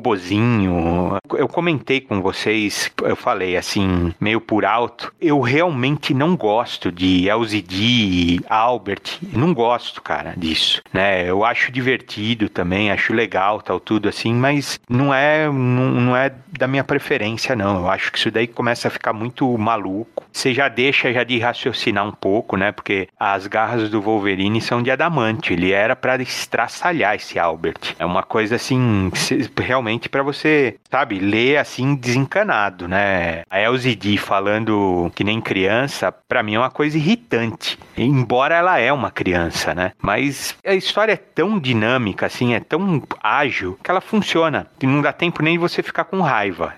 robozinho. Eu comentei com vocês, eu falei assim, meio por alto, eu realmente não gosto de L Z D, Albert, não gosto, cara, disso, né? Eu acho divertido também, acho legal, tal, tudo assim, mas não é, não, não é da minha preferência, não. Eu acho que isso daí começa a ficar muito maluco. Você já deixa já de raciocinar um pouco, né? Porque as garras do Wolverine são de adamante. Ele era pra estraçalhar esse Albert. É uma coisa assim, realmente pra você, sabe, ler assim desencanado, né? A L Z D falando que nem criança, pra mim é uma coisa irritante. Embora ela é uma criança, né? Mas a história é tão dinâmica, assim, é tão ágil, que ela funciona. E não dá tempo nem de você ficar com raiva.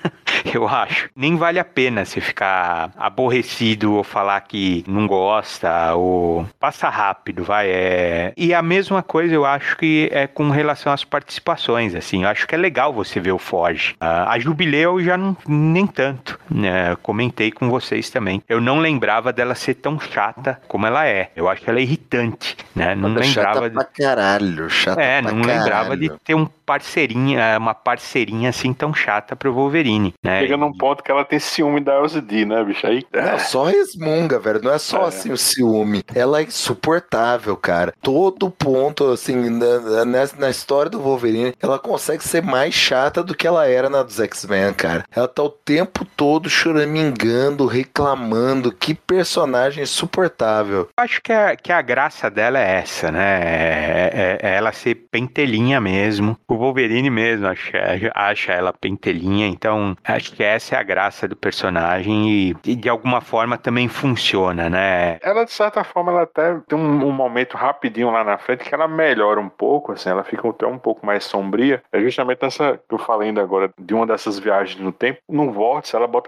Eu acho. Nem vale a pena você ficar aborrecido ou falar que não gosta ou passa rápido, vai. É... E a mesma coisa eu acho que é com relação às participações, assim. Eu acho que é legal você ver o Forge. A Jubileu já não, nem tanto, né? Comentei com vocês também. Eu não lembrava dela ser tão chata como ela é. Eu acho que ela é irritante, né? Não ela lembrava... Chata pra caralho, chata É, pra não caralho. lembrava de ter um parceirinha, uma parceirinha assim tão chata pro Wolverine, né? Chega num ponto que ela tem ciúme da L Z D, né, bicho? Aí... Não, só resmunga, velho. Não é só é. assim o ciúme. Ela é insuportável, cara. Todo ponto, assim, na, na, na história do Wolverine, ela consegue ser mais chata do que ela era na dos X-Men, cara. Ela tá o tempo todo choramingando, reclamando. Que personagem insuportável. Eu acho que a, que a graça dela é essa, né? É, é, é ela ser pentelinha mesmo. O Wolverine mesmo acha, acha ela pentelinha, então acho que essa é a graça do personagem e, e de alguma forma também funciona, né? Ela, de certa forma, ela até tem um, um momento rapidinho lá na frente que ela melhora um pouco, assim, ela fica até um pouco mais sombria. É justamente essa que eu falei ainda agora, de uma dessas viagens no tempo. No Vórtice, ela bota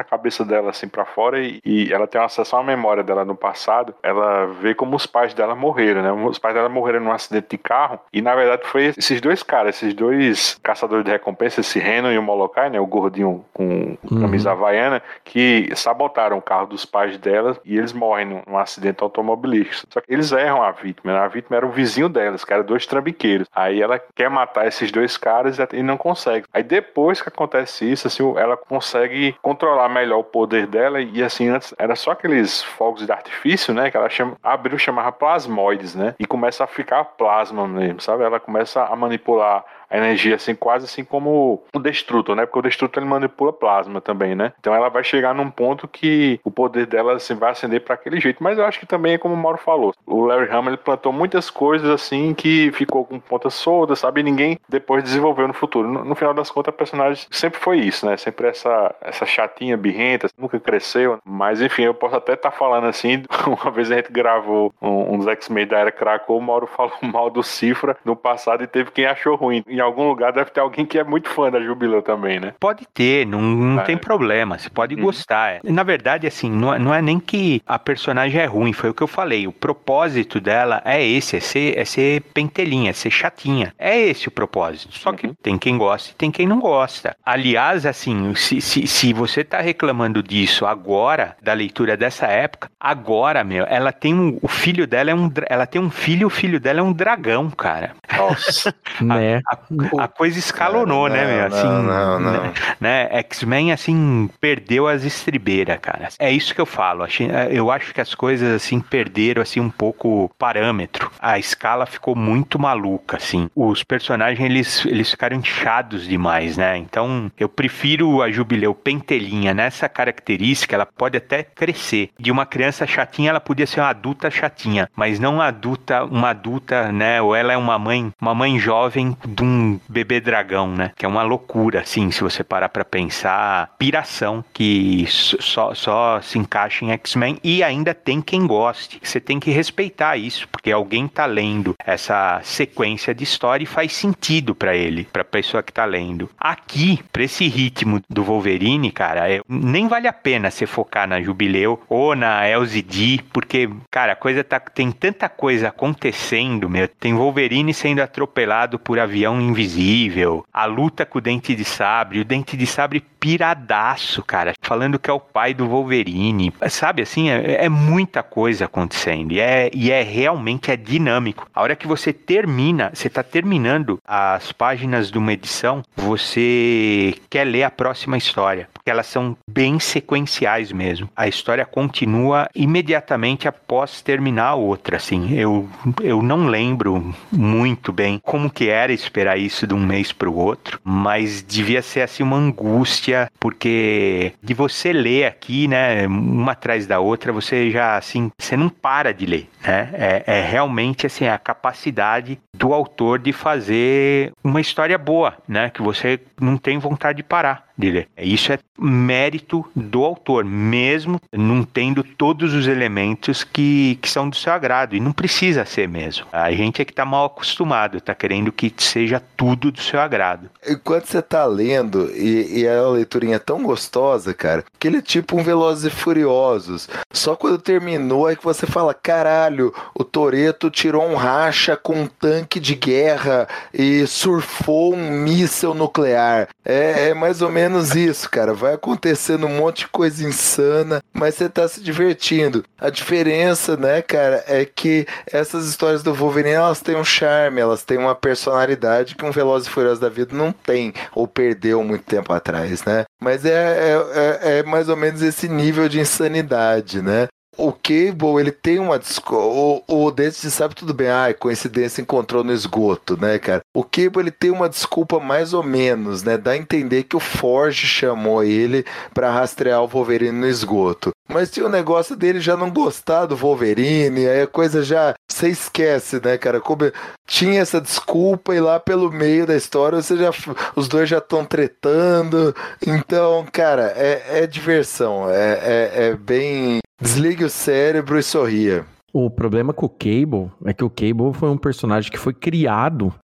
bota a cabeça dela assim pra fora e, e ela tem uma acesso à memória dela no passado. Ela vê como os pais dela morreram, né? Os pais dela morreram num acidente de carro e na verdade foi esses dois caras, esses dois caçadores de recompensa, esse Reno e o Molokai, né? O gordinho com camisa uhum. havaiana, que sabotaram o carro dos pais dela e eles morrem num, num acidente automobilístico. Só que eles erram a vítima, né? A vítima era o vizinho delas, que eram dois trambiqueiros. Aí ela quer matar esses dois caras e não consegue. Aí depois que acontece isso, assim, ela consegue controlar melhor o poder dela e assim, antes era só aqueles fogos de artifício, né? Que ela chama, abriu, chamava plasmoides, né? E começa a ficar plasma mesmo, sabe? Ela começa a manipular a energia, assim, quase assim como o Destrutor, né? Porque o Destrutor, ele manipula plasma também, né? Então ela vai chegar num ponto que o poder dela, assim, vai acender pra aquele jeito. Mas eu acho que também é como o Mauro falou. O Larry Hama, ele plantou muitas coisas, assim, que ficou com pontas soltas, sabe? E ninguém depois desenvolveu no futuro. No, no final das contas, a personagem sempre foi isso, né? Sempre essa, essa chatinha, birrenta, nunca cresceu. Mas, enfim, eu posso até estar tá falando assim, uma vez a gente gravou um, uns X-Men da Era Krakow, o Mauro falou mal do Cifra no passado e teve quem achou ruim. Em algum lugar deve ter alguém que é muito fã da Jubileu também, né? Pode ter, não, não é. tem problema, você pode hum. gostar. Na verdade, assim, não é, não é nem que a personagem é ruim, foi o que eu falei, o propósito dela é esse, é ser, é ser pentelinha, é ser chatinha. É esse o propósito, só que uhum. tem quem gosta e tem quem não gosta. Aliás, assim, se, se, se você tá reclamando disso agora, da leitura dessa época, agora, meu, ela tem um, o filho dela é um, ela tem um filho, o filho dela é um dragão, cara. Nossa, né? A, a, a coisa escalonou, cara, não, né, meu? Assim, não, não, não. Né, né? X-Men, assim, perdeu as estribeiras, cara. É isso que eu falo. Eu acho que as coisas, assim, perderam, assim, um pouco o parâmetro. A escala ficou muito maluca, assim. Os personagens, eles, eles ficaram inchados demais, né? Então, eu prefiro a Jubileu pentelinha nessa característica. Ela pode até crescer. De uma criança chatinha, ela podia ser uma adulta chatinha, mas não uma adulta, uma adulta, né? Ou ela é uma mãe, uma mãe jovem de um bebê dragão, né? Que é uma loucura, assim, se você parar pra pensar, piração que só, só se encaixa em X-Men e ainda tem quem goste. Você tem que respeitar isso, porque alguém tá lendo essa sequência de história e faz sentido pra ele, pra pessoa que tá lendo. Aqui, pra esse ritmo do Wolverine, cara, é, nem vale a pena você focar na Jubileu ou na Elsie D, porque, cara, a coisa tá, tem tanta coisa acontecendo, meu. Tem Wolverine sendo atropelado por avião invisível, a luta com o Dente de Sabre, o Dente de Sabre piradaço, cara, falando que é o pai do Wolverine, sabe, assim, é, é muita coisa acontecendo, e é, e é realmente é dinâmico. A hora que você termina, você tá terminando as páginas de uma edição, você quer ler a próxima história, porque elas são bem sequenciais mesmo. A história continua imediatamente após terminar a outra, assim, eu, eu não lembro muito bem como que era esperar isso de um mês pro outro, mas devia ser, assim, uma angústia, porque de você ler aqui, né, uma atrás da outra, você já, assim, você não para de ler, né? É, é realmente, assim, a capacidade do autor de fazer uma história boa, né? Que você não tem vontade de parar de ler. Isso é mérito do autor, mesmo não tendo todos os elementos que, que são do seu agrado, e não precisa ser mesmo. A gente é que tá mal acostumado, tá querendo que seja tudo do seu agrado. Enquanto você tá lendo, e, e a leiturinha é tão gostosa, cara, que ele é tipo um Velozes e Furiosos. Só quando terminou é que você fala, caralho, o Toretto tirou um racha com um tanque de guerra e surfou um míssil nuclear. É, é mais ou menos isso, cara. Vai acontecendo um monte de coisa insana, mas você tá se divertindo. A diferença, né, cara, é que essas histórias do Wolverine, elas têm um charme, elas têm uma personalidade que um Velozes e Furiosos da vida não tem, ou perdeu muito tempo atrás, né? Mas é, é, é mais ou menos esse nível de insanidade, né? O Cable, ele tem uma desculpa. O, o Dente de Sabre, tudo bem. Ai, coincidência, encontrou no esgoto, né, cara? O Cable, ele tem uma desculpa mais ou menos, né? Dá a entender que o Forge chamou ele pra rastrear o Wolverine no esgoto. Mas tinha o negócio dele já não gostar do Wolverine, aí a coisa já... Você esquece, né, cara? Como tinha essa desculpa e lá pelo meio da história você já, os dois já estão tretando. Então, cara, é, é diversão. É, é, é bem... Desligue o cérebro e sorria. O problema com o Cable é que o Cable foi um personagem que foi criado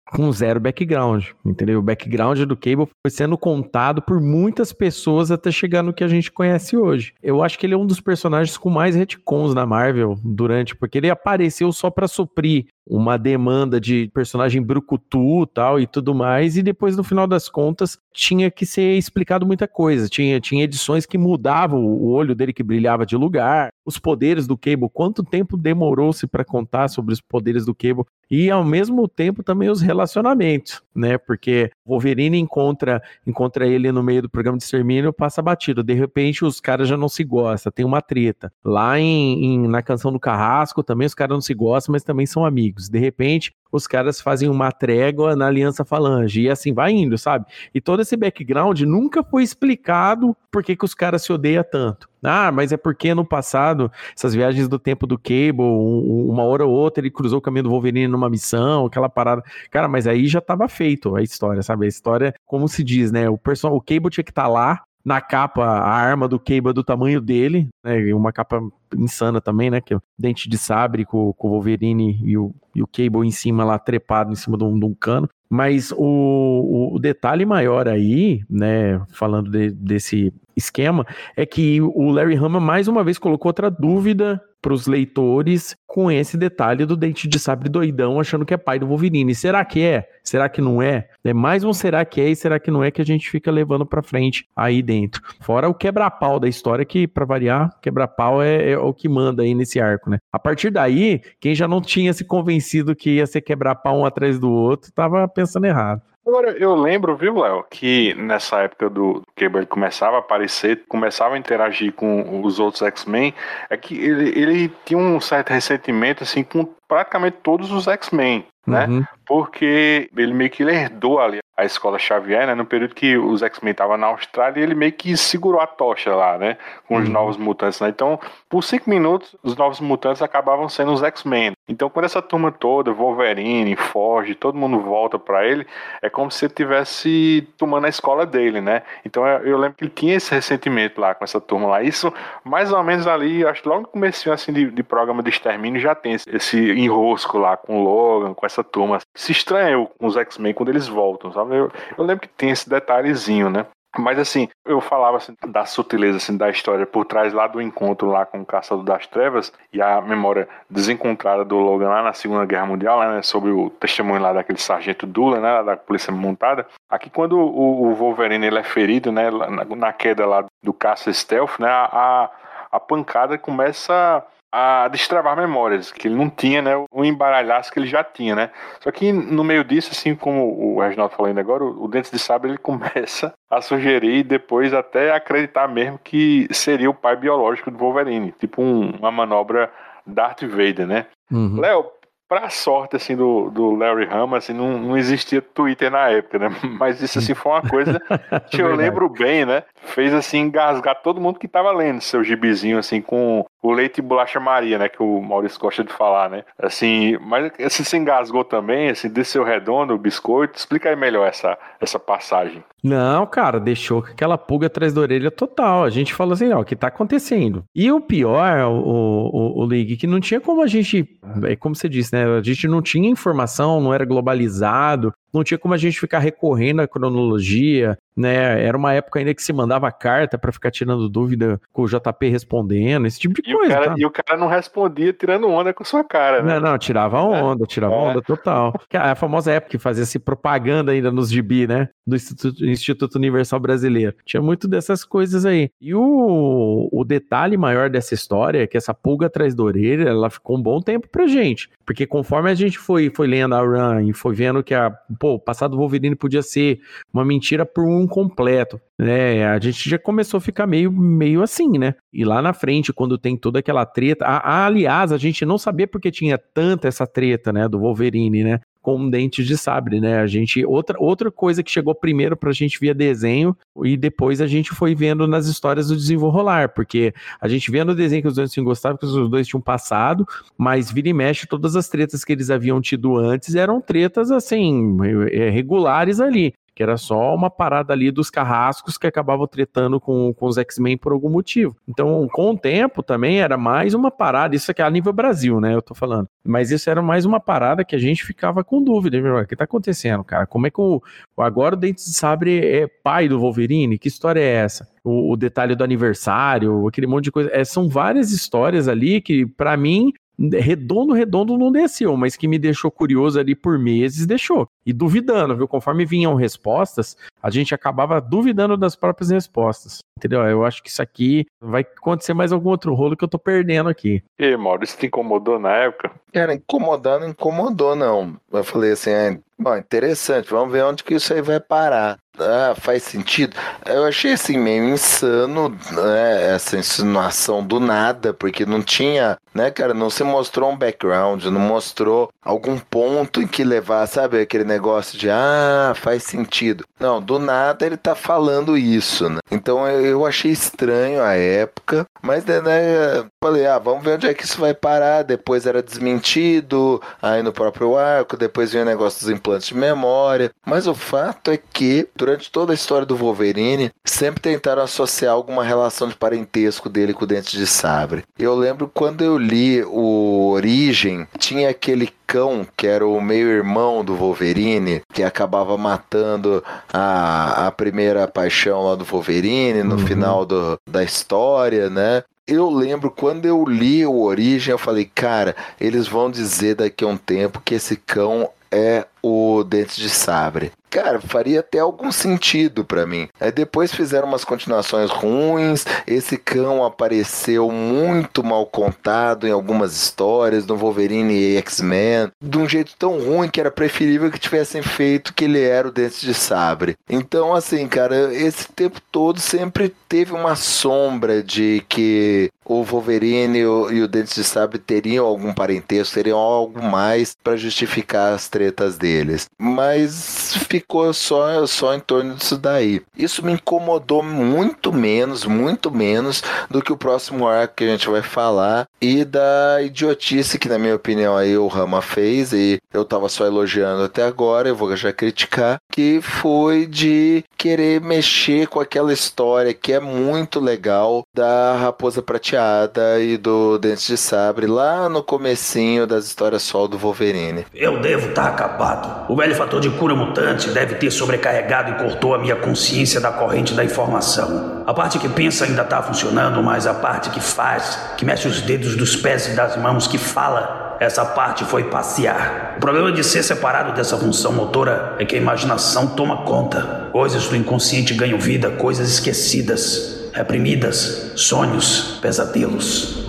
com zero background, entendeu? O background do Cable foi sendo contado por muitas pessoas até chegar no que a gente conhece hoje. Eu acho que ele é um dos personagens com mais retcons na Marvel durante, porque ele apareceu só pra suprir uma demanda de personagem brucutu tal e tudo mais, e depois no final das contas tinha que ser explicado muita coisa, tinha, tinha edições que mudavam o olho dele que brilhava de lugar, os poderes do Cable, quanto tempo demorou-se para contar sobre os poderes do Cable, e ao mesmo tempo também os relacionamentos, né, porque o Wolverine encontra, encontra ele no meio do programa de extermínio, passa batido, de repente os caras já não se gostam, tem uma treta, lá em, em, na Canção do Carrasco também os caras não se gostam, mas também são amigos. De repente, os caras fazem uma trégua na Aliança Falange, e assim vai indo, sabe? E todo esse background nunca foi explicado por que que os caras se odeiam tanto. Ah, mas é porque no passado, essas viagens do tempo do Cable, um, uma hora ou outra ele cruzou o caminho do Wolverine numa missão, aquela parada. Cara, mas aí já tava feito a história, sabe? A história, como se diz, né? O, person... o Cable tinha que estar lá, na capa, a arma do Cable é do tamanho dele, né? Uma capa insana também, né? Que é o dente de sabre com, com o Wolverine e o, e o Cable em cima lá, trepado em cima de um, de um cano. Mas o, o, o detalhe maior aí, né, falando de, desse esquema, é que o Larry Hama mais uma vez colocou outra dúvida para os leitores com esse detalhe do dente de sabre doidão achando que é pai do Wolverine. Será que é? Será que não é? É mais um será que é e será que não é que a gente fica levando para frente aí dentro. Fora o quebra-pau da história que, para variar, quebra-pau é, é o que manda aí nesse arco, né? A partir daí, quem já não tinha se convencido que ia ser quebra-pau um atrás do outro, tava pensando errado. Agora, eu lembro, viu, Léo, que nessa época do Cable ele começava a aparecer, começava a interagir com os outros X-Men, é que ele, ele tinha um certo ressentimento, assim, com praticamente todos os X-Men, né? Uhum. Porque ele meio que herdou ali a escola Xavier, né? No período que os X-Men estavam na Austrália, ele meio que segurou a tocha lá, né? Com os uhum. novos mutantes, né? Então, por cinco minutos, os novos mutantes acabavam sendo os X-Men. Então, quando essa turma toda, Wolverine, Forge, todo mundo volta pra ele, é como se ele estivesse tomando a escola dele, né? Então, eu lembro que ele tinha esse ressentimento lá com essa turma lá. Isso, mais ou menos ali, acho que logo no comecinho, assim, de, de programa de extermínio, já tem esse, esse enrosco lá com o Logan, com essa turma. Se estranhou com os X-Men quando eles voltam, sabe? Eu, eu lembro que tem esse detalhezinho, né? Mas assim, eu falava assim, da sutileza assim, da história por trás lá do encontro lá com o Caçador das Trevas e a memória desencontrada do Logan lá na Segunda Guerra Mundial, né, sobre o testemunho lá daquele sargento Dula, né, da polícia montada. Aqui quando o, o Wolverine ele é ferido, né, na, na queda lá do caça stealth, né, a, a pancada começa a destravar memórias, que ele não tinha, né, o embaralhaço que ele já tinha, né, só que no meio disso, assim como o Reginaldo falou ainda agora, o, o Dente de Sabre ele começa a sugerir e depois até acreditar mesmo que seria o pai biológico do Wolverine, tipo um, uma manobra Darth Vader, né. Uhum. Léo, pra sorte, assim, do, do Larry Hama, assim, não, não existia Twitter na época, né, mas isso, assim, foi uma coisa que eu lembro bem, né, fez, assim, engasgar todo mundo que tava lendo seu gibizinho, assim, com o leite e bolacha Maria, né, que o Maurício gosta de falar, né, assim, mas assim, se engasgou também, assim, desceu redondo o biscoito, explica aí melhor essa, essa passagem. Não, cara, deixou com aquela pulga atrás da orelha total, a gente falou assim, ó, o que tá acontecendo? E o pior, o, o, o League, que não tinha como a gente, é como você disse, né, a gente não tinha informação, não era globalizado, não tinha como a gente ficar recorrendo à cronologia, né? Era uma época ainda que se mandava carta pra ficar tirando dúvida com o J P respondendo, esse tipo de e coisa. O cara, tá? E o cara não respondia tirando onda com a sua cara, né? Não, não, tirava onda, é. tirava é. onda total. A famosa época que fazia-se propaganda ainda nos gibi, né? Do Instituto, Instituto Universal Brasileiro. Tinha muito dessas coisas aí. E o, o detalhe maior dessa história é que essa pulga atrás da orelha, ela ficou um bom tempo pra gente. Porque conforme a gente foi, foi lendo a run e foi vendo que a, pô, o passado do Wolverine podia ser uma mentira por um completo, né? A gente já começou a ficar meio, meio assim, né? E lá na frente, quando tem toda aquela treta... A, a, aliás, a gente não sabia porque tinha tanta essa treta, né? Do Wolverine, né? Com dentes de sabre, né? A gente... Outra, outra coisa que chegou primeiro pra gente via desenho e depois a gente foi vendo nas histórias do desenrolar, porque a gente via no desenho que os dois tinham gostado, que os dois tinham passado, mas vira e mexe, todas as tretas que eles haviam tido antes eram tretas, assim, regulares ali. que era só uma parada ali dos carrascos que acabavam tretando com, com os X-Men por algum motivo. Então, com o tempo também era mais uma parada, isso aqui é a nível Brasil, né, eu tô falando, mas isso era mais uma parada que a gente ficava com dúvida, viu? O que tá acontecendo, cara? Como é que o, agora o Dente de Sabre é pai do Wolverine? Que história é essa? O, o detalhe do aniversário, aquele monte de coisa, é, são várias histórias ali que, pra mim, redondo, redondo não desceu, mas que me deixou curioso ali por meses, deixou. E duvidando, viu? Conforme vinham respostas, a gente acabava duvidando das próprias respostas. Entendeu? Eu acho que isso aqui vai acontecer mais algum outro rolo que eu tô perdendo aqui. E aí, Mauro, isso te incomodou na época? Cara, incomodar não incomodou, não. Eu falei assim, é, bom, interessante, vamos ver onde que isso aí vai parar. Ah, faz sentido? Eu achei assim meio insano, né, essa insinuação do nada, porque não tinha, né, cara, não se mostrou um background, não mostrou algum ponto em que levar, sabe, aquele negócio de, ah, faz sentido. Não, do nada ele tá falando isso, né? Então eu, eu achei estranho a época, mas, né, falei, ah, vamos ver onde é que isso vai parar. Depois era desmentido, aí no próprio arco, depois veio o negócio dos implantes de memória, mas o fato é que durante toda a história do Wolverine, sempre tentaram associar alguma relação de parentesco dele com o Dente de Sabre. Eu lembro quando eu li o Origem, tinha aquele cão que era o meio-irmão do Wolverine, que acabava matando a, a primeira paixão lá do Wolverine no uhum. final do, da história, né? Eu lembro quando eu li o Origem, eu falei, cara, eles vão dizer daqui a um tempo que esse cão é o Dente de Sabre. Cara, faria até algum sentido pra mim. Aí depois fizeram umas continuações ruins, esse cão apareceu muito mal contado em algumas histórias, no Wolverine e X-Men, de um jeito tão ruim que era preferível que tivessem feito que ele era o Dente de Sabre. Então, assim, cara, esse tempo todo sempre teve uma sombra de que o Wolverine e o, e o Dente de Sabre teriam algum parentesco, teriam algo mais pra justificar as tretas deles. Mas ficou só, só em torno disso daí. Isso me incomodou muito menos, muito menos do que o próximo arco que a gente vai falar e da idiotice que, na minha opinião, aí o Rama fez, e eu tava só elogiando até agora, eu vou já criticar, que foi de querer mexer com aquela história que é muito legal da Raposa Prateada e do Dente de Sabre lá no comecinho das histórias solo do Wolverine. Eu devo estar acabado. O velho fator de cura mutante deve ter sobrecarregado e cortou a minha consciência da corrente da informação. A parte que pensa ainda está funcionando, mas a parte que faz, que mexe os dedos dos pés e das mãos, que fala, essa parte foi passear. O problema de ser separado dessa função motora é que a imaginação toma conta. Coisas do inconsciente ganham vida, coisas esquecidas, reprimidas, sonhos, pesadelos.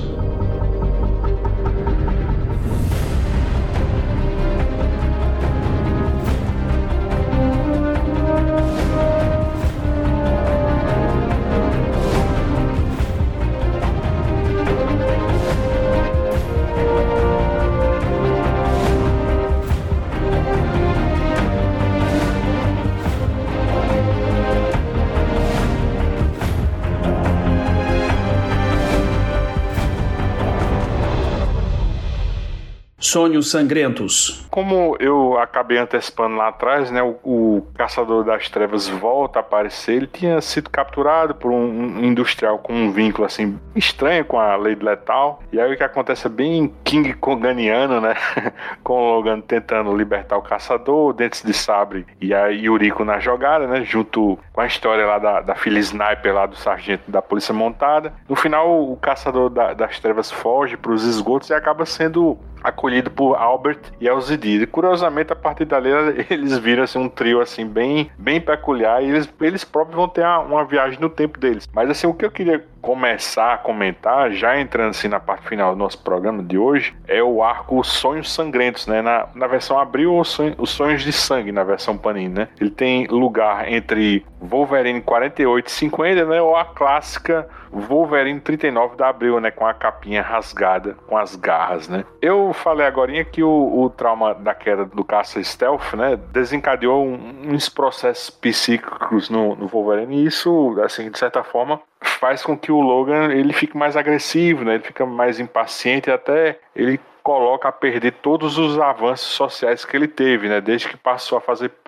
Sonhos Sangrentos. Como eu acabei antecipando lá atrás, né, o, o Caçador das Trevas volta a aparecer. Ele tinha sido capturado por um, um industrial com um vínculo assim estranho com a Lei Letal. E aí o que acontece é bem King Konganiano, né? Com o Logan tentando libertar o Caçador, Dentes de Sabre e a Yuriko na jogada, né? Junto com a história lá da, da filha Sniper lá do sargento da Polícia Montada. No final, o Caçador da, das Trevas foge para os esgotos e acaba sendo acolhido por Albert e Elzidi. E curiosamente, a partir dali eles viram assim, um trio assim, bem, bem peculiar, e eles, eles próprios vão ter uma, uma viagem no tempo deles. Mas assim, o que eu queria começar a comentar, já entrando assim na parte final do nosso programa de hoje, é o arco Sonhos Sangrentos, né? Na, na versão Abril, os sonhos, os sonhos de Sangue, na versão Panini, né? Ele tem lugar entre Wolverine quarenta e oito e cinquenta, né? Ou a clássica Wolverine trinta e nove da Abril, né? Com a capinha rasgada, com as garras, né? Eu falei agorinha que o, o trauma da queda do caça stealth, né? Desencadeou um, uns processos psíquicos no, no Wolverine, e isso, assim, de certa forma, faz com que o Logan ele fique mais agressivo, né? Ele fica mais impaciente, e até ele coloca a perder todos os avanços sociais que ele teve, né? Desde que passou a fazer parte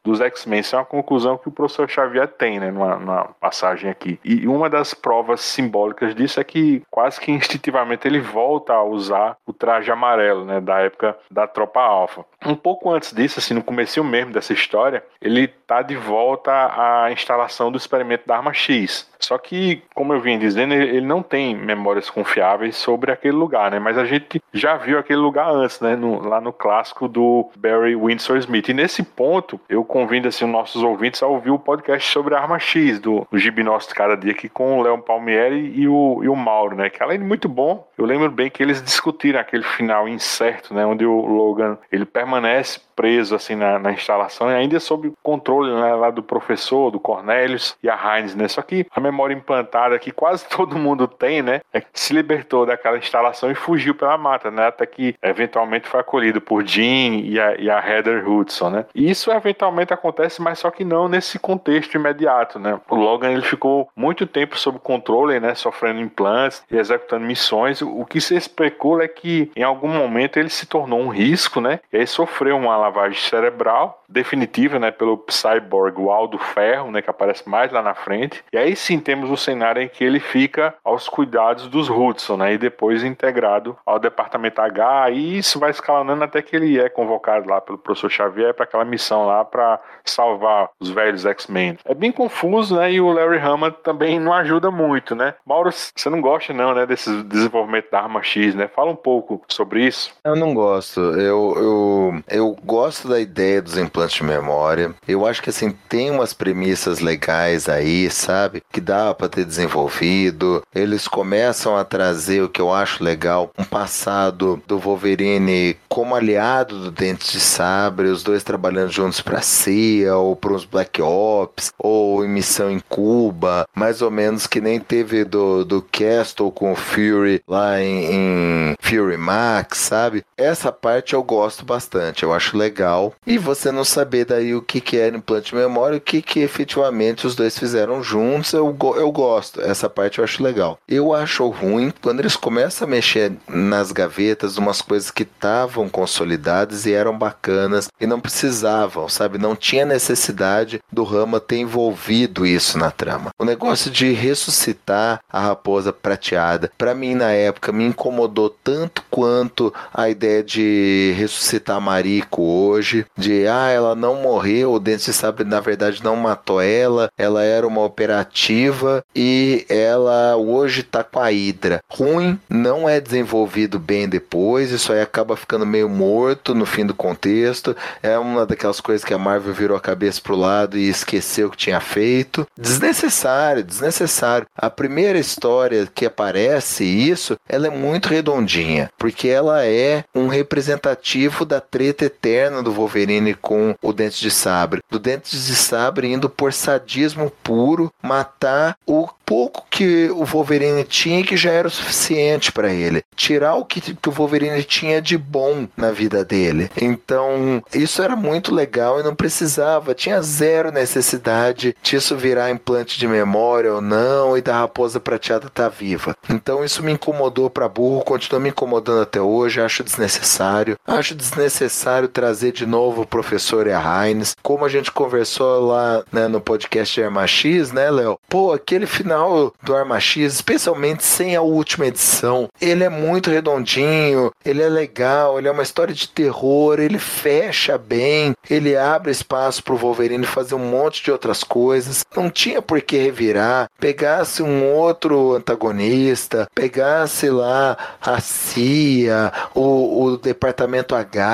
dos X-Men. Isso é uma conclusão que o professor Xavier tem, né, numa, numa passagem aqui. E uma das provas simbólicas disso é que quase que instintivamente ele volta a usar o traje amarelo, né, da época da Tropa Alpha. Um pouco antes disso, assim, no comecinho mesmo dessa história, ele tá de volta à instalação do experimento da arma X. Só que, como eu vinha dizendo, ele não tem memórias confiáveis sobre aquele lugar, né? Mas a gente já viu aquele lugar antes, né? No, lá no clássico do Barry Windsor Smith. E nesse ponto, eu convido assim, os nossos ouvintes a ouvir o podcast sobre a arma X, do, do Gibi Nosso de Cada Dia, aqui com o Léo Palmieri e o, e o Mauro, né? Que além de muito bom, eu lembro bem que eles discutiram aquele final incerto, né? Onde o Logan, ele permanece preso assim na, na instalação e ainda sob controle, né, lá do professor, do Cornelius e a Hines, né? Só que a memória implantada que quase todo mundo tem, né, é que se libertou daquela instalação e fugiu pela mata, né? Até que eventualmente foi acolhido por Jean e a, e a Heather Hudson, né? E isso eventualmente acontece, mas só que não nesse contexto imediato, né? O Logan, ele ficou muito tempo sob controle, né, sofrendo implantes e executando missões. O que se especula é que em algum momento ele se tornou um risco, né? E aí sofreu uma lavagem cerebral definitiva, né, pelo Cyborg Wall do Ferro, né, que aparece mais lá na frente. E aí sim temos o cenário em que ele fica aos cuidados dos Hudson, né, e depois integrado ao Departamento H, e isso vai escalonando até que ele é convocado lá pelo professor Xavier para aquela missão lá para salvar os velhos X-Men. É bem confuso, né, e o Larry Hama também não ajuda muito, né. Mauro, você não gosta não, né, desse desenvolvimento da arma X, né? Fala um pouco sobre isso. Eu não gosto. Eu, eu, eu gosto da ideia dos implantes de memória. Eu acho que assim, tem umas premissas legais aí, sabe? Que dá pra ter desenvolvido. Eles começam a trazer o que eu acho legal, um passado do Wolverine como aliado do Dente de Sabre, os dois trabalhando juntos pra C I A ou pros Black Ops, ou em missão em Cuba, mais ou menos que nem teve do, do Castle com o Fury lá em, em Fury Max, sabe? Essa parte eu gosto bastante, eu acho legal. E você não saber daí o que, que era implante de memória, o que, que efetivamente os dois fizeram juntos, eu, eu gosto. Essa parte eu acho legal. Eu acho ruim quando eles começam a mexer nas gavetas, umas coisas que estavam consolidadas e eram bacanas e não precisavam, sabe? Não tinha necessidade do Rama ter envolvido isso na trama. O negócio de ressuscitar a Raposa Prateada, pra mim na época me incomodou tanto quanto a ideia de ressuscitar a Mariko hoje, de ah, ela não morreu, o Dente de Sabre na verdade não matou ela, ela era uma operativa e ela hoje tá com a Hydra. Ruim, não é desenvolvido bem depois, isso aí acaba ficando meio morto no fim do contexto, é uma daquelas coisas que a Marvel virou a cabeça pro lado e esqueceu o que tinha feito. Desnecessário, desnecessário. A primeira história que aparece isso, ela é muito redondinha, porque ela é um representativo da treta eterna do Wolverine com o Dente de Sabre. Do Dente de Sabre indo por sadismo puro, matar o pouco que o Wolverine tinha, que já era o suficiente para ele. Tirar o que, que o Wolverine tinha de bom na vida dele. Então, isso era muito legal e não precisava. Tinha zero necessidade disso virar implante de memória ou não e da Raposa Prateada estar viva. Então, isso me incomodou pra burro, continua me incomodando até hoje. Acho desnecessário. Acho desnecessário trazer de novo o professor e a Hines. Como a gente conversou lá, né, no podcast Arma X, né, Léo? Pô, aquele final do Arma X, especialmente sem a última edição, ele é muito redondinho, ele é legal, ele é uma história de terror, ele fecha bem, ele abre espaço pro Wolverine fazer um monte de outras coisas. Não tinha por que revirar, pegasse um outro antagonista, pegasse lá a C I A, o, o Departamento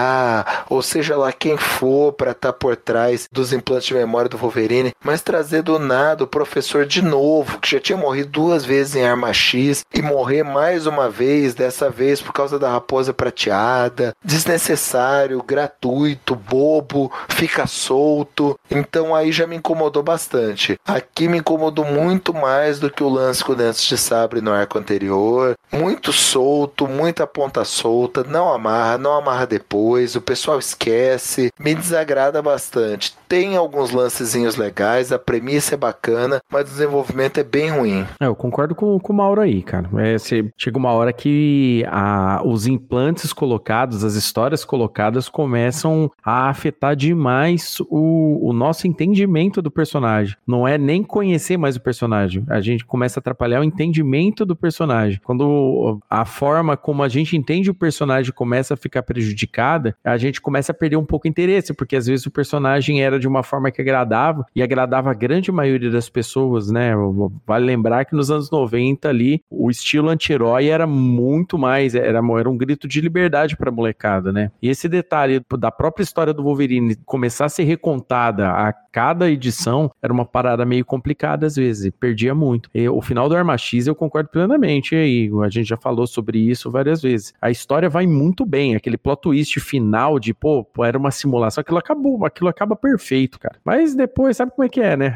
H, ou seja lá quem for para estar tá por trás dos implantes de memória do Wolverine, mas trazer do nada o professor de novo, que já tinha morrido duas vezes em Arma X, e morrer mais uma vez, dessa vez por causa da Raposa Prateada. Desnecessário, gratuito, bobo, fica solto. Então aí já me incomodou bastante. Aqui me incomodou muito mais do que o lance com o Dente de Sabre no arco anterior. muito solto, muita ponta solta, não amarra, não amarra depois, o pessoal esquece, me desagrada bastante. Tem alguns lancezinhos legais, a premissa é bacana, mas o desenvolvimento é bem ruim. É, eu concordo com, com o Mauro aí, cara. É, você, chega uma hora que a, os implantes colocados, as histórias colocadas começam a afetar demais o, o nosso entendimento do personagem. Não é nem conhecer mais o personagem. A gente começa a atrapalhar o entendimento do personagem. Quando a forma como a gente entende o personagem começa a ficar prejudicada, a gente começa a perder um pouco o interesse, porque às vezes o personagem era de uma forma que agradava, e agradava a grande maioria das pessoas, né? Vale lembrar que nos anos noventa ali, o estilo anti-herói era muito mais, era, era um grito de liberdade pra molecada, né? E esse detalhe da própria história do Wolverine começar a ser recontada a cada edição, era uma parada meio complicada às vezes, e perdia muito. E o final do Arma X eu concordo plenamente, e aí, a gente já falou sobre isso várias vezes. A história vai muito bem, aquele plot twist final de, pô, era uma simulação, aquilo acabou, aquilo acaba perfeito. Feito, cara. Mas depois, sabe como é que é, né?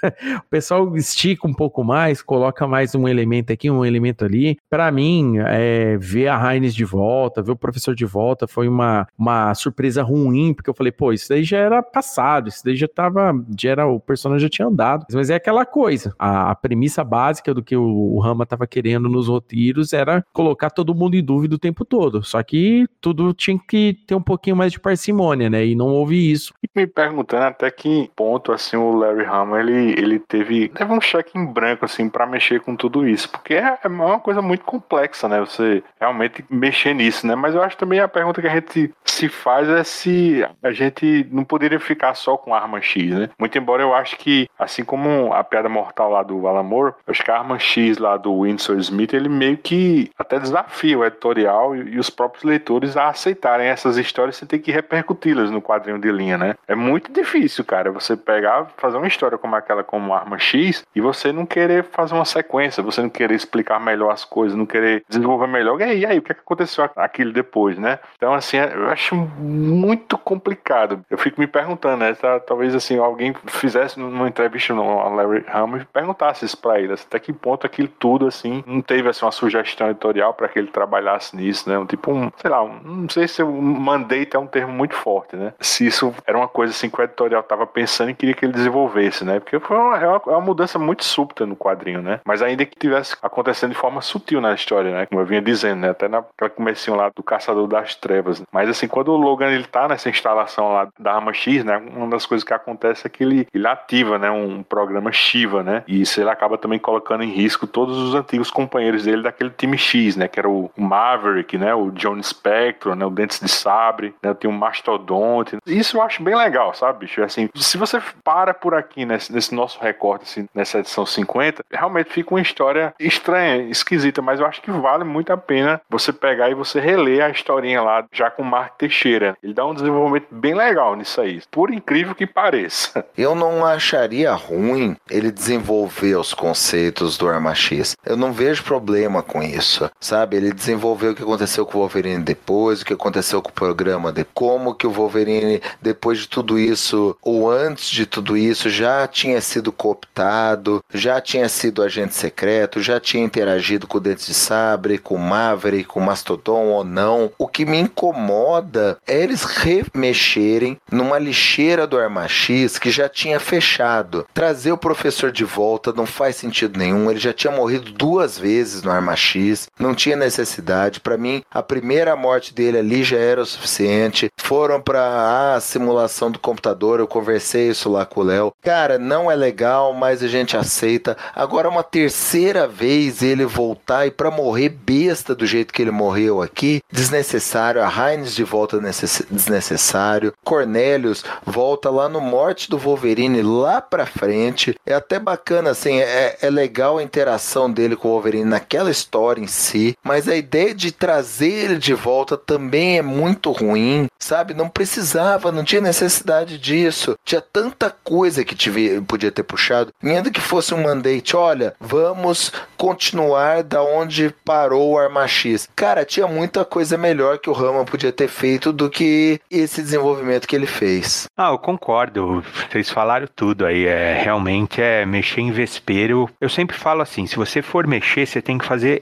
O pessoal estica um pouco mais, coloca mais um elemento aqui, um elemento ali. Pra mim, é, ver a Hines de volta, ver o professor de volta foi uma, uma surpresa ruim, porque eu falei, pô, isso daí já era passado, isso daí já tava, já era, o personagem já tinha andado. Mas é aquela coisa, a, a premissa básica do que o, o Rama tava querendo nos roteiros era colocar todo mundo em dúvida o tempo todo. Só que tudo tinha que ter um pouquinho mais de parcimônia, né? E não houve isso. E me perguntando até que ponto, assim, o Larry Hama, ele, ele teve, teve um cheque em branco, assim, pra mexer com tudo isso, porque é, é uma coisa muito complexa, né, você realmente mexer nisso, né, mas eu acho também a pergunta que a gente se faz é se a gente não poderia ficar só com a Arma X, né, muito embora eu acho que, assim como a piada mortal lá do Alan Moore, eu acho que a Arma X lá do Winsor Smith, ele meio que até desafia o editorial e, e os próprios leitores a aceitarem essas histórias sem ter que repercuti-las no quadrinho de linha, né, é muito difícil difícil, cara, você pegar, fazer uma história como aquela, como Arma X, e você não querer fazer uma sequência, você não querer explicar melhor as coisas, não querer desenvolver melhor. E aí, e aí o que, é que aconteceu aquilo depois, né? Então, assim, eu acho muito complicado. Eu fico me perguntando, né? Tá, talvez, assim, alguém fizesse numa entrevista no Larry Hama e perguntasse isso pra ele, assim, até que ponto aquilo tudo, assim, não teve, assim, uma sugestão editorial pra que ele trabalhasse nisso, né? Um, tipo um, sei lá, um, não sei se o mandate é um termo muito forte, né? Se isso era uma coisa, assim, que o editorial estava pensando e queria que ele desenvolvesse, né? Porque foi uma, é, uma, é uma mudança muito súbita no quadrinho, né? Mas ainda que tivesse acontecendo de forma sutil na história, né? Como eu vinha dizendo, né? Até naquela comecinho lá do Caçador das Trevas. Né? Mas assim, quando o Logan ele tá nessa instalação lá da Arma X, né? Uma das coisas que acontece é que ele, ele ativa, né? Um programa Shiva, né? E isso ele acaba também colocando em risco todos os antigos companheiros dele daquele time X, né? Que era o Maverick, né? O Johnny Spector, né? O Dentes de Sabre, né? Tem o Mastodonte. Isso eu acho bem legal, sabe, bicho? Assim, se você para por aqui nesse, nesse nosso recorte, assim, nessa edição cinquenta, realmente fica uma história estranha, esquisita, mas eu acho que vale muito a pena você pegar e você reler a historinha lá, já com o Mark Teixeira. Ele dá um desenvolvimento bem legal nisso aí, por incrível que pareça. Eu não acharia ruim ele desenvolver os conceitos do Arma X. Eu não vejo problema com isso, sabe? Ele desenvolveu o que aconteceu com o Wolverine depois, o que aconteceu com o programa de como que o Wolverine, depois de tudo isso, ou antes de tudo isso, já tinha sido cooptado, já tinha sido agente secreto, já tinha interagido com o Dentes de Sabre, com o Maverick, com o Mastodon ou não. O que me incomoda é eles remexerem numa lixeira do Arma X que já tinha fechado. Trazer o professor de volta não faz sentido nenhum, ele já tinha morrido duas vezes no Arma X, não tinha necessidade. Pra mim, a primeira morte dele ali já era o suficiente. Foram pra ah, simulação do computador, eu conversei isso lá com o Léo. Cara, não é legal, mas a gente aceita. Agora, uma terceira vez ele voltar e pra morrer besta do jeito que ele morreu aqui, desnecessário. A Hines de volta necess... desnecessário. Cornelius volta lá no Morte do Wolverine lá pra frente. É até bacana, assim, é, é legal a interação dele com o Wolverine naquela história em si, mas a ideia de trazer ele de volta também é muito ruim, sabe? Não precisava, não tinha necessidade disso. Tinha tanta coisa que tive, podia ter puxado, ainda que fosse um mandate, olha, vamos continuar da onde parou o Arma X. Cara, tinha muita coisa melhor que o Rama podia ter feito do que esse desenvolvimento que ele fez. Ah, eu concordo. Vocês falaram tudo aí. É, realmente é mexer em vespeiro. Eu sempre falo assim, se você for mexer, você tem que fazer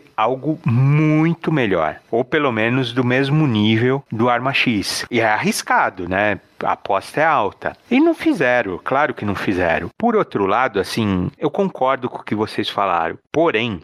fazer algo muito melhor, ou pelo menos do mesmo nível do Arma X. E é arriscado, né? A aposta é alta. E não fizeram, claro que não fizeram. Por outro lado, assim, eu concordo com o que vocês falaram. Porém,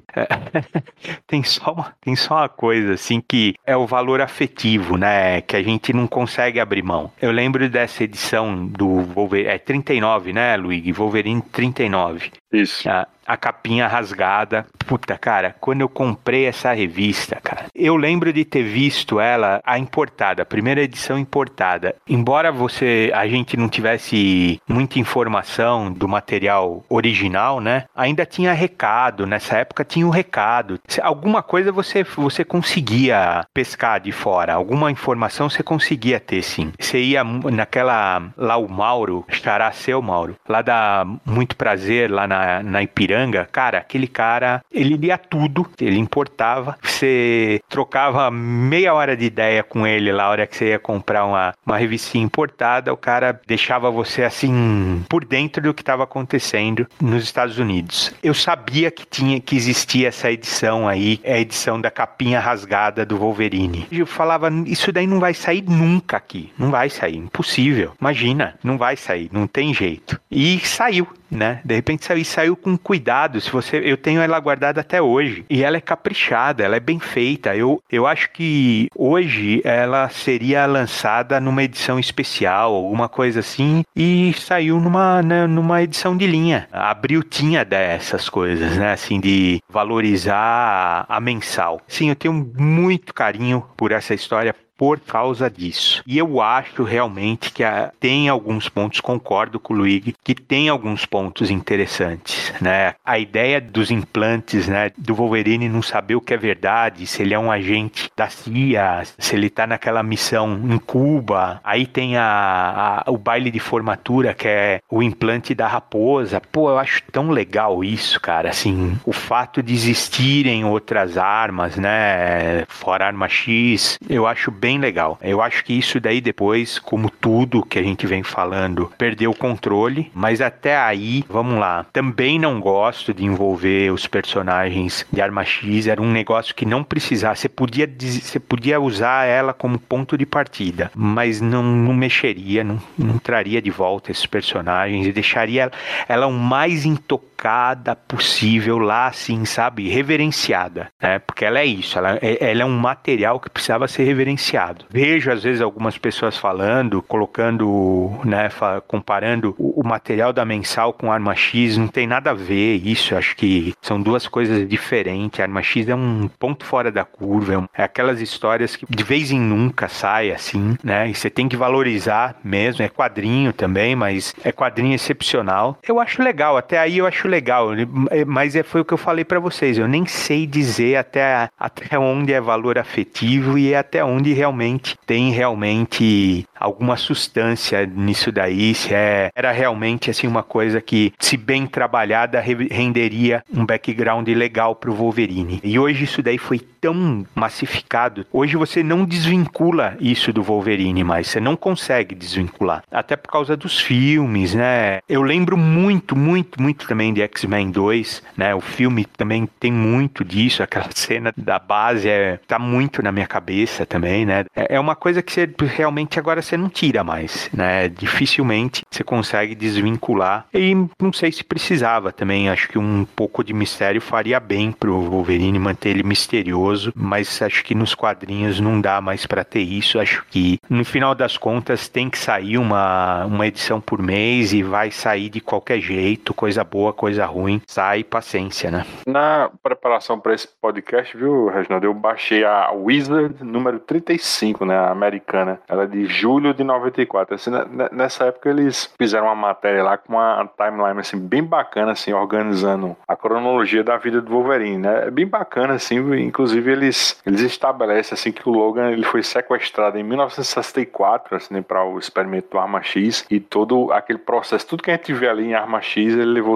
tem, só uma, tem só uma coisa, assim, que é o valor afetivo, né? Que a gente não consegue abrir mão. Eu lembro dessa edição do Wolverine, é trinta e nove, né, Luigi? Wolverine trinta e nove. Isso. A, a capinha rasgada. Puta, cara, quando eu comprei essa revista, cara, eu lembro de ter visto ela, a importada, a primeira edição importada. Embora você, a gente não tivesse muita informação do material original, né? Ainda tinha recado, nessa época tinha um recado. Alguma coisa você, você conseguia pescar de fora, alguma informação você conseguia ter, sim. Você ia naquela, lá o Mauro, estará seu Mauro, lá da Muito Prazer, lá na, na Ipiranga, cara, aquele cara, ele lia tudo, ele importava, você trocava meia hora de ideia com ele lá, a hora que você ia comprar uma, uma revistinha importada, o cara deixava você assim, por dentro do que estava acontecendo nos Estados Unidos. Eu sabia que tinha, que existia essa edição aí, a edição da capinha rasgada do Wolverine. Eu falava, isso daí não vai sair nunca aqui, não vai sair, impossível, imagina, não vai sair, não tem jeito. E saiu, né? De repente saiu, saiu com cuidado. Se você, eu tenho ela guardada até hoje e ela é caprichada, ela é bem feita. Eu, eu acho que hoje ela seria lançada numa edição especial, alguma coisa assim, e saiu numa, né, numa edição de linha. A Abril tinha dessas coisas, né? Assim, de valorizar a, a mensal. Sim, eu tenho muito carinho por essa história por causa disso. E eu acho realmente que a, tem alguns pontos, concordo com o Luigi, que tem alguns pontos interessantes, né? A ideia dos implantes, né, do Wolverine não saber o que é verdade, se ele é um agente da C I A, se ele tá naquela missão em Cuba, aí tem a, a, o baile de formatura, que é o implante da raposa. Pô, eu acho tão legal isso, cara, assim, o fato de existirem outras armas, né, fora a Arma X, eu acho bem legal. Eu acho que isso daí depois, como tudo que a gente vem falando, perdeu o controle, mas até aí, vamos lá, também não gosto de envolver os personagens de Arma X, era um negócio que não precisava, você podia, você podia usar ela como ponto de partida, mas não, não mexeria, não, não traria de volta esses personagens e deixaria ela, ela o mais intocada possível lá, assim, sabe, reverenciada, né? Porque ela é isso, ela, ela é um material que precisava ser reverenciado. Vejo às vezes algumas pessoas falando, colocando, né, comparando o, o material da mensal com a Arma X, não tem nada a ver isso, acho que são duas coisas diferentes. A Arma X é um ponto fora da curva, é aquelas histórias que de vez em nunca sai assim, né, e você tem que valorizar mesmo, é quadrinho também, mas é quadrinho excepcional. Eu acho legal, até aí eu acho legal, mas é, foi o que eu falei pra vocês, eu nem sei dizer até, até onde é valor afetivo e até onde realmente tem realmente alguma substância nisso daí, se é, era realmente assim uma coisa que, se bem trabalhada, renderia um background legal pro Wolverine. E hoje isso daí foi tão massificado, hoje você não desvincula isso do Wolverine mais, você não consegue desvincular, até por causa dos filmes, né? Eu lembro muito, muito, muito também de X-Men dois, né? O filme também tem muito disso, aquela cena da base é, tá muito na minha cabeça também, né? É uma coisa que você realmente agora você não tira mais, né? Dificilmente você consegue desvincular. E não sei se precisava também. Acho que um pouco de mistério faria bem pro Wolverine, manter ele misterioso. Mas acho que nos quadrinhos não dá mais pra ter isso. Acho que no final das contas tem que sair uma, uma edição por mês e vai sair de qualquer jeito. Coisa boa, coisa ruim. Sai, paciência, né? Na preparação para esse podcast, viu, Reginaldo? Eu baixei a Wizard número trinta e cinco, né, a americana. Ela é de julho de noventa e quatro. Assim, nessa época eles fizeram uma matéria lá com uma timeline assim, bem bacana, assim, organizando a cronologia da vida do Wolverine, né? É bem bacana, assim, inclusive eles, eles estabelecem assim, que o Logan ele foi sequestrado em mil novecentos e sessenta e quatro, assim, para o experimento do Arma X, e todo aquele processo, tudo que a gente vê ali em Arma X, ele levou cerca de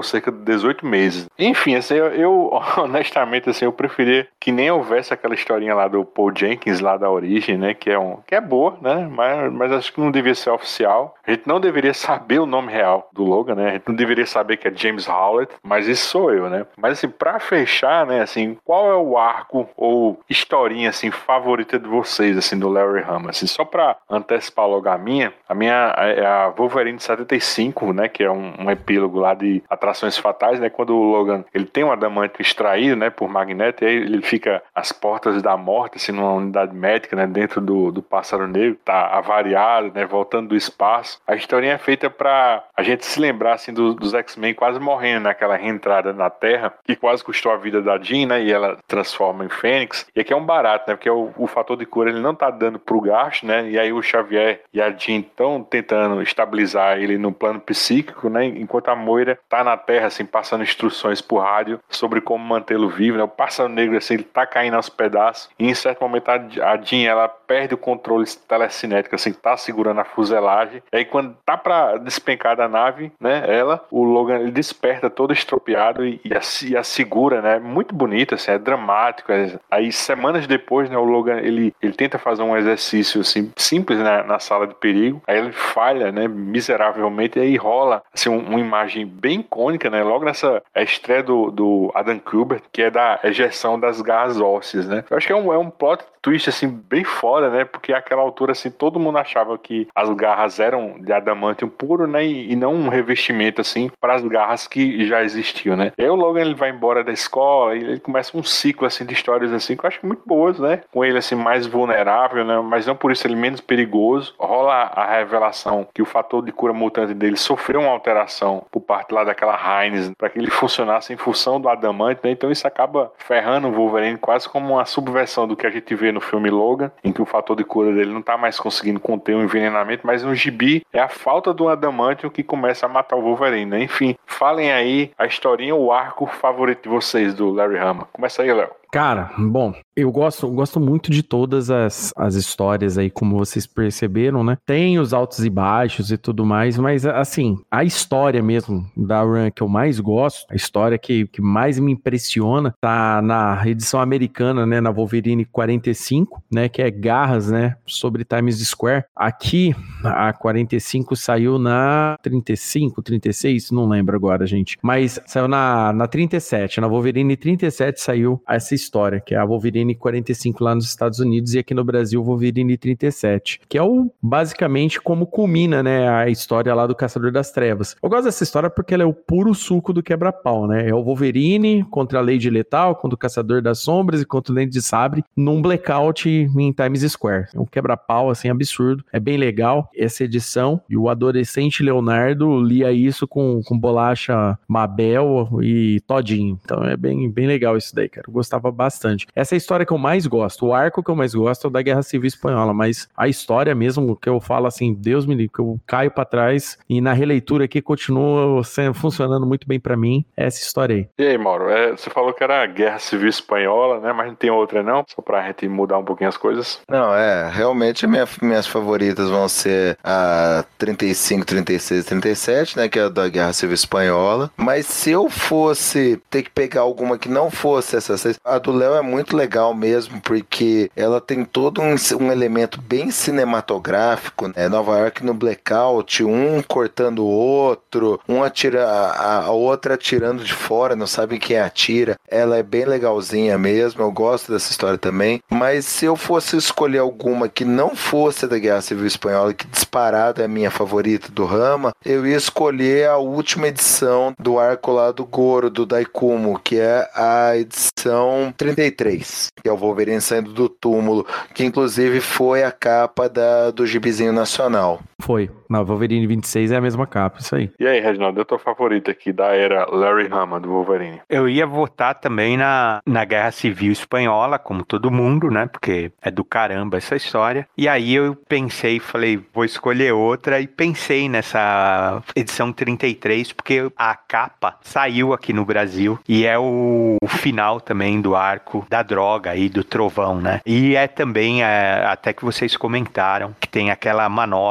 dezoito meses. Enfim, assim, eu, eu honestamente, assim, eu preferia que nem houvesse aquela historinha lá do Paul Jenkins, lá da origem, né, que é, um, que é boa, né, mas, mas acho que não devia ser oficial. A gente não deveria saber o nome real do Logan, né, a gente não deveria saber que é James Howlett, mas isso sou eu, né. Mas, assim, pra fechar, né, assim, qual é o arco ou historinha, assim, favorita de vocês, assim, do Larry Hama? Assim, só pra antecipar logo a minha, a minha é a Wolverine setenta e cinco, né, que é um, um epílogo lá de Atrações Fatais, né, quando o Logan, ele tem um adamantio extraído, né, por Magneto, e aí ele fica às portas da morte, assim, numa unidade médica, né, dentro do, do Pássaro Negro, tá avariado, né, voltando do espaço. A historinha é feita pra a gente se lembrar, assim, do, dos X-Men quase morrendo naquela reentrada na Terra, que quase custou a vida da Jean, né, e ela transforma em Fênix. E aqui é um barato, né, porque o, o fator de cura, ele não tá dando pro gasto, né, e aí o Xavier e a Jean estão tentando estabilizar ele no plano psíquico, né, enquanto a Moira tá na Terra, assim, passando instruções por rádio sobre como mantê-lo vivo, né, o Pássaro Negro, assim, ele tá caindo aos pedaços, e em certo momento a, a Jean, ela perde o controle telecinético, assim, tá segurando a fuselagem, e aí quando tá pra despencar da nave, né, ela, o Logan, ele desperta todo estropiado e, e, a, e a segura, né, muito bonito, assim, é dramático, é, aí semanas depois, né, o Logan, ele, ele tenta fazer um exercício, assim, simples, né, na sala de perigo, aí ele falha, né, miseravelmente, e aí rola, assim, um, uma imagem bem icônica, né, logo nessa a estreia do, do Adam Kubert, que é da ejeção das garras ósseas, né, eu acho que é um, é um plot twist, assim, bem foda, né, porque àquela altura, assim, todo mundo achava que as garras eram de adamantium puro, né, e, e não um revestimento, assim, para as garras que já existiam, né, e aí o Logan, ele vai embora da escola, e ele começa um ciclo, assim, de histórias, assim, que eu acho muito boas, né, com ele, assim, mais vulnerável, né, mas não por isso ele menos perigoso, rola a revelação que o fator de cura mutante dele sofreu uma alteração por parte lá daquela Heinz, para que ele funcionasse em função do adamante, né, então isso acaba ferrando o Wolverine quase como uma subversão do que a gente vê no filme Logan, em que o fator de cura dele não tá mais conseguindo conter o envenenamento, mas no gibi é a falta do adamantium que começa a matar o Wolverine, né? Enfim, falem aí a historinha, o arco favorito de vocês do Larry Hama. Começa aí, Léo. Cara, bom, eu gosto, gosto muito de todas as, as histórias aí, como vocês perceberam, né? Tem os altos e baixos e tudo mais, mas assim, a história mesmo da run que eu mais gosto, a história que, que mais me impressiona, tá na edição americana, né? Na Wolverine quarenta e cinco, né? Que é Garras, né? Sobre Times Square. Aqui, a quarenta e cinco saiu na trinta e cinco, trinta e seis, não lembro agora, gente. Mas saiu na, na trinta e sete, na Wolverine trinta e sete saiu essa história, que é a Wolverine quarenta e cinco lá nos Estados Unidos e aqui no Brasil Wolverine trinta e sete, que é o basicamente como culmina, né, a história lá do Caçador das Trevas. Eu gosto dessa história porque ela é o puro suco do quebra-pau, né? É o Wolverine contra a Lady Letal, contra o Caçador das Sombras e contra o Dente de Sabre num blackout em Times Square. É um quebra-pau assim absurdo, é bem legal essa edição, e o adolescente Leonardo lia isso com, com bolacha Mabel e todinho. Então é bem, bem legal isso daí, cara. Eu gostava bastante. Essa é a história que eu mais gosto. O arco que eu mais gosto é o da Guerra Civil Espanhola, mas a história mesmo, que eu falo assim, Deus me livre, que eu caio pra trás e na releitura aqui continua sendo, funcionando muito bem pra mim, é essa história aí. E aí, Mauro, é, você falou que era a Guerra Civil Espanhola, né, mas não tem outra não? Só pra gente mudar um pouquinho as coisas. Não, é, realmente minha, minhas favoritas vão ser a trinta e cinco, trinta e seis, trinta e sete, né, que é a da Guerra Civil Espanhola, mas se eu fosse ter que pegar alguma que não fosse essa, a do Léo é muito legal mesmo, porque ela tem todo um, um elemento bem cinematográfico, né? Nova York no blackout, um cortando o outro, um atira, a, a outra atirando de fora, não sabe quem atira. Ela é bem legalzinha mesmo, eu gosto dessa história também, mas se eu fosse escolher alguma que não fosse da Guerra Civil Espanhola, que disparado é a minha favorita do Hama, eu ia escolher a última edição do arco lá do Goro, do Daikumo, que é a edição trinta e três, que é o Wolverine saindo do túmulo, que inclusive foi a capa da, do gibizinho nacional. Foi. Na Wolverine vinte e seis é a mesma capa, isso aí. E aí, Reginaldo, é a tua favorita aqui da era Larry Hama, do Wolverine? Eu ia votar também na, na Guerra Civil Espanhola, como todo mundo, né? Porque é do caramba essa história. E aí eu pensei, falei, vou escolher outra, e pensei nessa edição trinta e três, porque a capa saiu aqui no Brasil, e é o, o final também do arco da droga aí, do trovão, né? E é também, é, até que vocês comentaram, que tem aquela manobra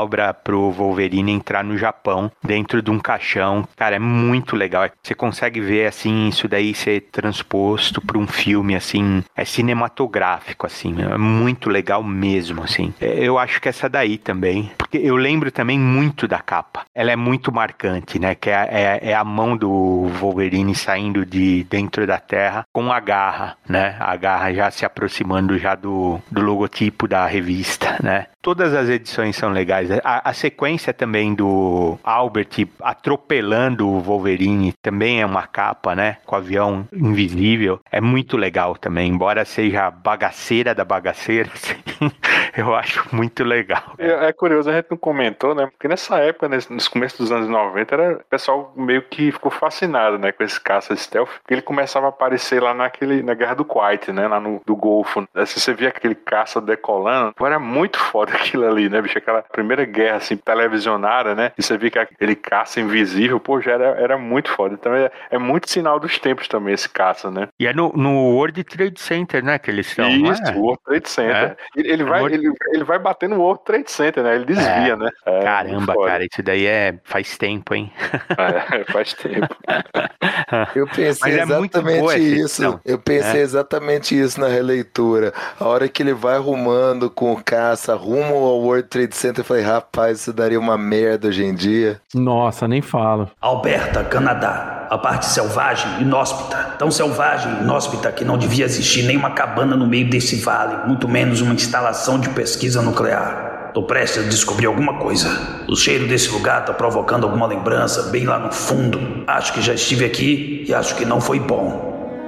pro Wolverine entrar no Japão dentro de um caixão. Cara, é muito legal. Você consegue ver, assim, isso daí ser transposto para um filme, assim, é cinematográfico, assim, é muito legal mesmo, assim. Eu acho que essa daí também, porque eu lembro também muito da capa. Ela é muito marcante, né, que é, é, é a mão do Wolverine saindo de dentro da Terra com a garra, né, a garra já se aproximando já do, do logotipo da revista, né. Todas as edições são legais. A, a sequência também do Albert atropelando o Wolverine também é uma capa, né? Com o avião invisível. É muito legal também. Embora seja bagaceira da bagaceira, assim, eu acho muito legal. É, é curioso, a gente não comentou, né? Porque nessa época, né, nos começos dos anos noventa, era, o pessoal meio que ficou fascinado, né? Com esse caça stealth. Porque ele começava a aparecer lá naquele, na Guerra do Kuwait, né? Lá no do Golfo. Assim, você via aquele caça decolando. Pô, era muito foda aquilo ali, né, bicho? Aquela primeira guerra, assim, televisionada, né? E você via que aquele caça invisível, pô, já era, era muito foda. Então é, é muito sinal dos tempos também, esse caça, né? E é no, no World Trade Center, né, que eles estão. Isso, é? World Trade Center. É. Ele, ele, vai, ele, ele vai bater no World Trade Center, né? Ele desvia, é. né? É, caramba, cara, isso daí é... faz tempo, hein? É, faz tempo. Eu pensei é exatamente isso. Eu pensei é. exatamente isso na releitura. A hora que ele vai rumando com o caça rumo ao World Trade Center, eu falei, rapaz, isso daria uma merda hoje em dia. Nossa, nem falo. Alberta, Canadá. A parte selvagem, inóspita. Tão selvagem e inóspita que não devia existir nenhuma cabana no meio desse vale, muito menos uma instalação de pesquisa nuclear. Tô prestes a descobrir alguma coisa. O cheiro desse lugar tá provocando alguma lembrança bem lá no fundo. Acho que já estive aqui e acho que não foi bom.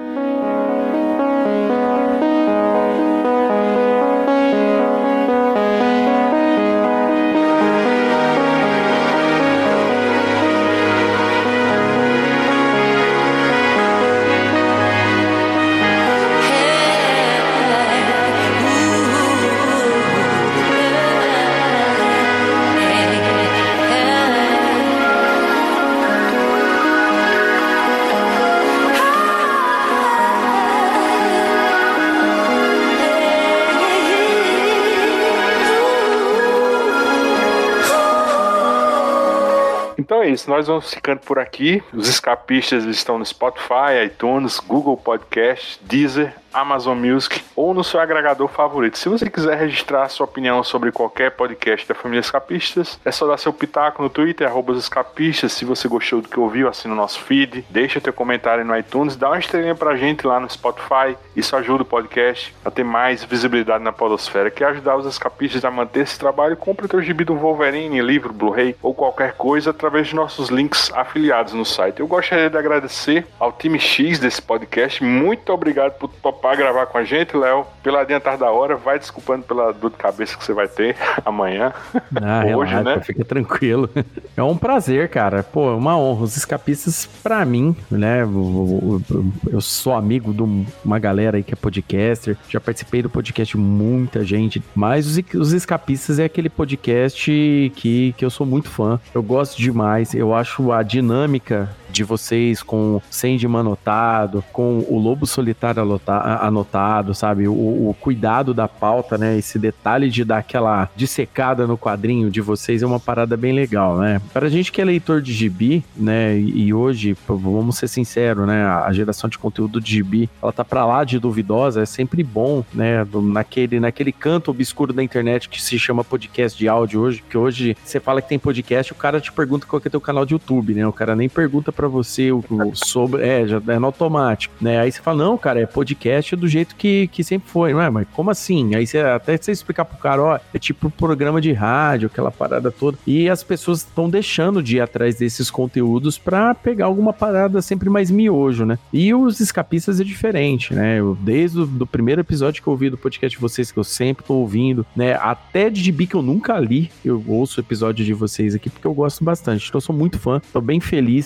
Então é isso, nós vamos ficando por aqui. Os escapistas estão no Spotify, iTunes, Google Podcast, Deezer, Amazon Music ou no seu agregador favorito. Se você quiser registrar sua opinião sobre qualquer podcast da família Escapistas, é só dar seu pitaco no Twitter, arroba os escapistas. Se você gostou do que ouviu, assina o nosso feed, deixa teu comentário no iTunes, dá uma estrelinha pra gente lá no Spotify. Isso ajuda o podcast a ter mais visibilidade na podosfera. Quer ajudar os escapistas a manter esse trabalho? Compre o teu gibi do Wolverine, livro, Blu-ray ou qualquer coisa através de nossos links afiliados no site. Eu gostaria de agradecer ao time X desse podcast. Muito obrigado por topar gravar com a gente, Léo. Pela adiantar da hora, vai desculpando pela dor de cabeça que você vai ter amanhã. Ah, hoje, relaxa, né? Fica tranquilo. É um prazer, cara. Pô, é uma honra. Os escapistas, pra mim, né? Eu, eu, eu sou amigo de uma galera aí que é podcaster. Já participei do podcast de muita gente. Mas os, os escapistas é aquele podcast que, que eu sou muito fã. Eu gosto demais. Eu acho a dinâmica de vocês com o Sandman anotado, com o Lobo Solitário anotado, sabe? O, o cuidado da pauta, né? Esse detalhe de dar aquela dissecada no quadrinho de vocês é uma parada bem legal, né? Pra gente que é leitor de gibi, né? E hoje, vamos ser sinceros, né? A geração de conteúdo de gibi, ela tá pra lá de duvidosa, é sempre bom, né? Naquele, naquele canto obscuro da internet que se chama podcast de áudio hoje, que hoje você fala que tem podcast, o cara te pergunta qual que é teu canal de YouTube, né? O cara nem pergunta pra você o, o sobre, é, já é no automático, né? Aí você fala, não, cara, é podcast do jeito que, que sempre foi, não é? Mas como assim? Aí você, até você explicar pro cara, ó, é tipo um programa de rádio, aquela parada toda, e as pessoas estão deixando de ir atrás desses conteúdos pra pegar alguma parada sempre mais miojo, né? E os escapistas é diferente, né? Eu, desde o do primeiro episódio que eu ouvi do podcast de vocês, que eu sempre tô ouvindo, né? Até de gibi que eu nunca li, eu ouço o episódio de vocês aqui, porque eu gosto bastante. Então eu sou muito fã, tô bem feliz de estar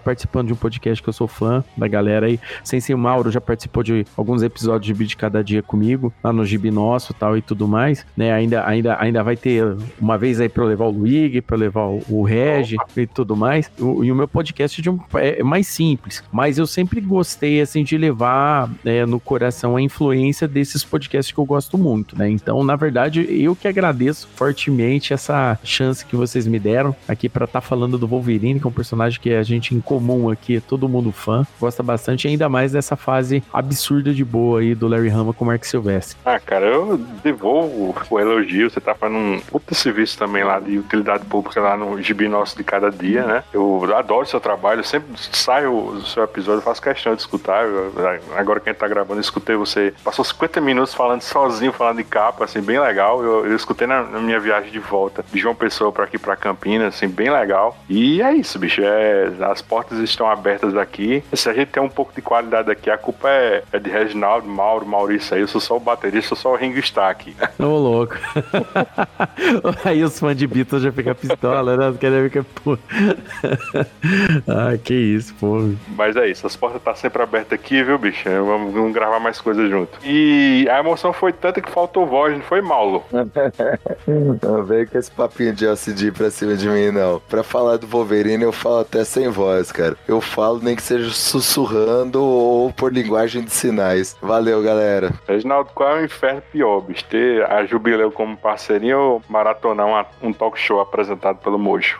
participando de um podcast que eu sou fã da galera aí. Sensei Mauro já participou de alguns episódios de Gibi de Cada Dia comigo, lá no Gibi Nosso tal e tudo mais, né? Ainda, ainda, ainda vai ter uma vez aí pra eu levar o Luigi, pra eu levar o, o Regi e tudo mais. O, e o meu podcast de um, é mais simples, mas eu sempre gostei, assim, de levar é, no coração a influência desses podcasts que eu gosto muito, né? Então, na verdade, eu que agradeço fortemente essa chance que vocês me deram aqui pra estar tá falando do Wolverine, que é um personagem que a gente em comum aqui, todo mundo fã, gosta bastante, ainda mais dessa fase absurda de boa aí do Larry Hama com o Mark Silvestre. Ah, cara, eu devolvo o elogio, você tá fazendo um puta serviço também lá de utilidade pública lá no Gibi Nosso de Cada Dia, né? Eu adoro o seu trabalho, eu sempre saio do seu episódio, faço questão de escutar. Eu, agora que a gente tá gravando, eu escutei você, passou cinquenta minutos falando sozinho, falando de capa, assim, bem legal. Eu, eu escutei na, na minha viagem de volta de João Pessoa pra aqui pra Campinas, assim, bem legal. E é isso, bicho, é, as portas estão abertas aqui. Se a gente tem um pouco de qualidade aqui, a culpa é, é de Reginaldo, Mauro, Maurício aí, eu sou só o baterista, sou só o Ringo Stark. Ô, louco. Aí os fãs de Beatles já ficam pistola, né? Os caras ficam, pô. Ah, que isso, pô. Mas é isso, as portas estão tá sempre abertas aqui, viu, bicho? Vamos, vamos gravar mais coisas junto. E a emoção foi tanta que faltou voz, não foi, Maulo? Não veio com esse papinho de L C D pra cima de mim, não. Pra falar do Wolverine, eu falo até sem voz, cara. Eu falo nem que seja sussurrando ou por linguagem de sinais. Valeu, galera. Reginaldo, qual é o inferno pior, bicho? Ter a Jubileu como parceirinha ou maratonar uma, um talk show apresentado pelo Mojo?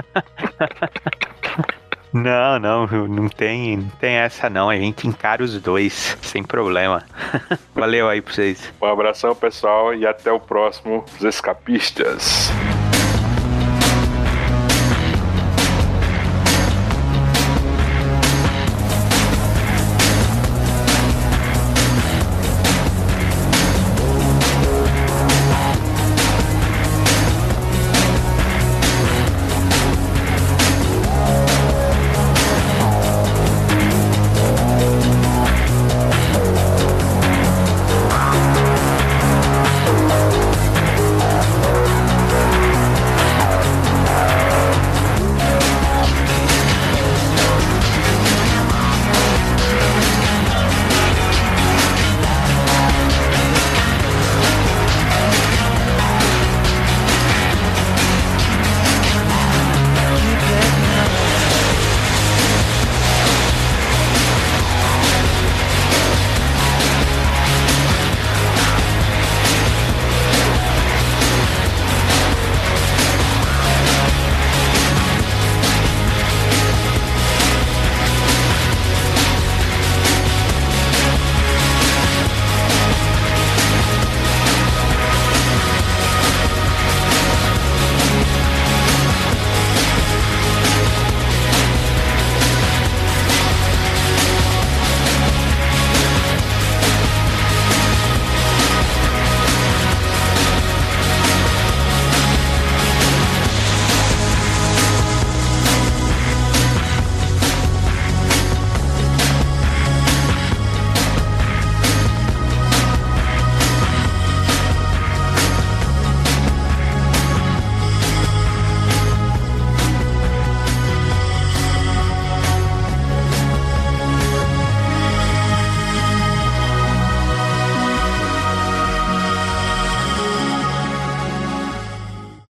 Não, não, não tem, não tem essa não, a gente encara os dois, sem problema. Valeu aí pra vocês. Um abração, pessoal, e até o próximo, Os Escapistas.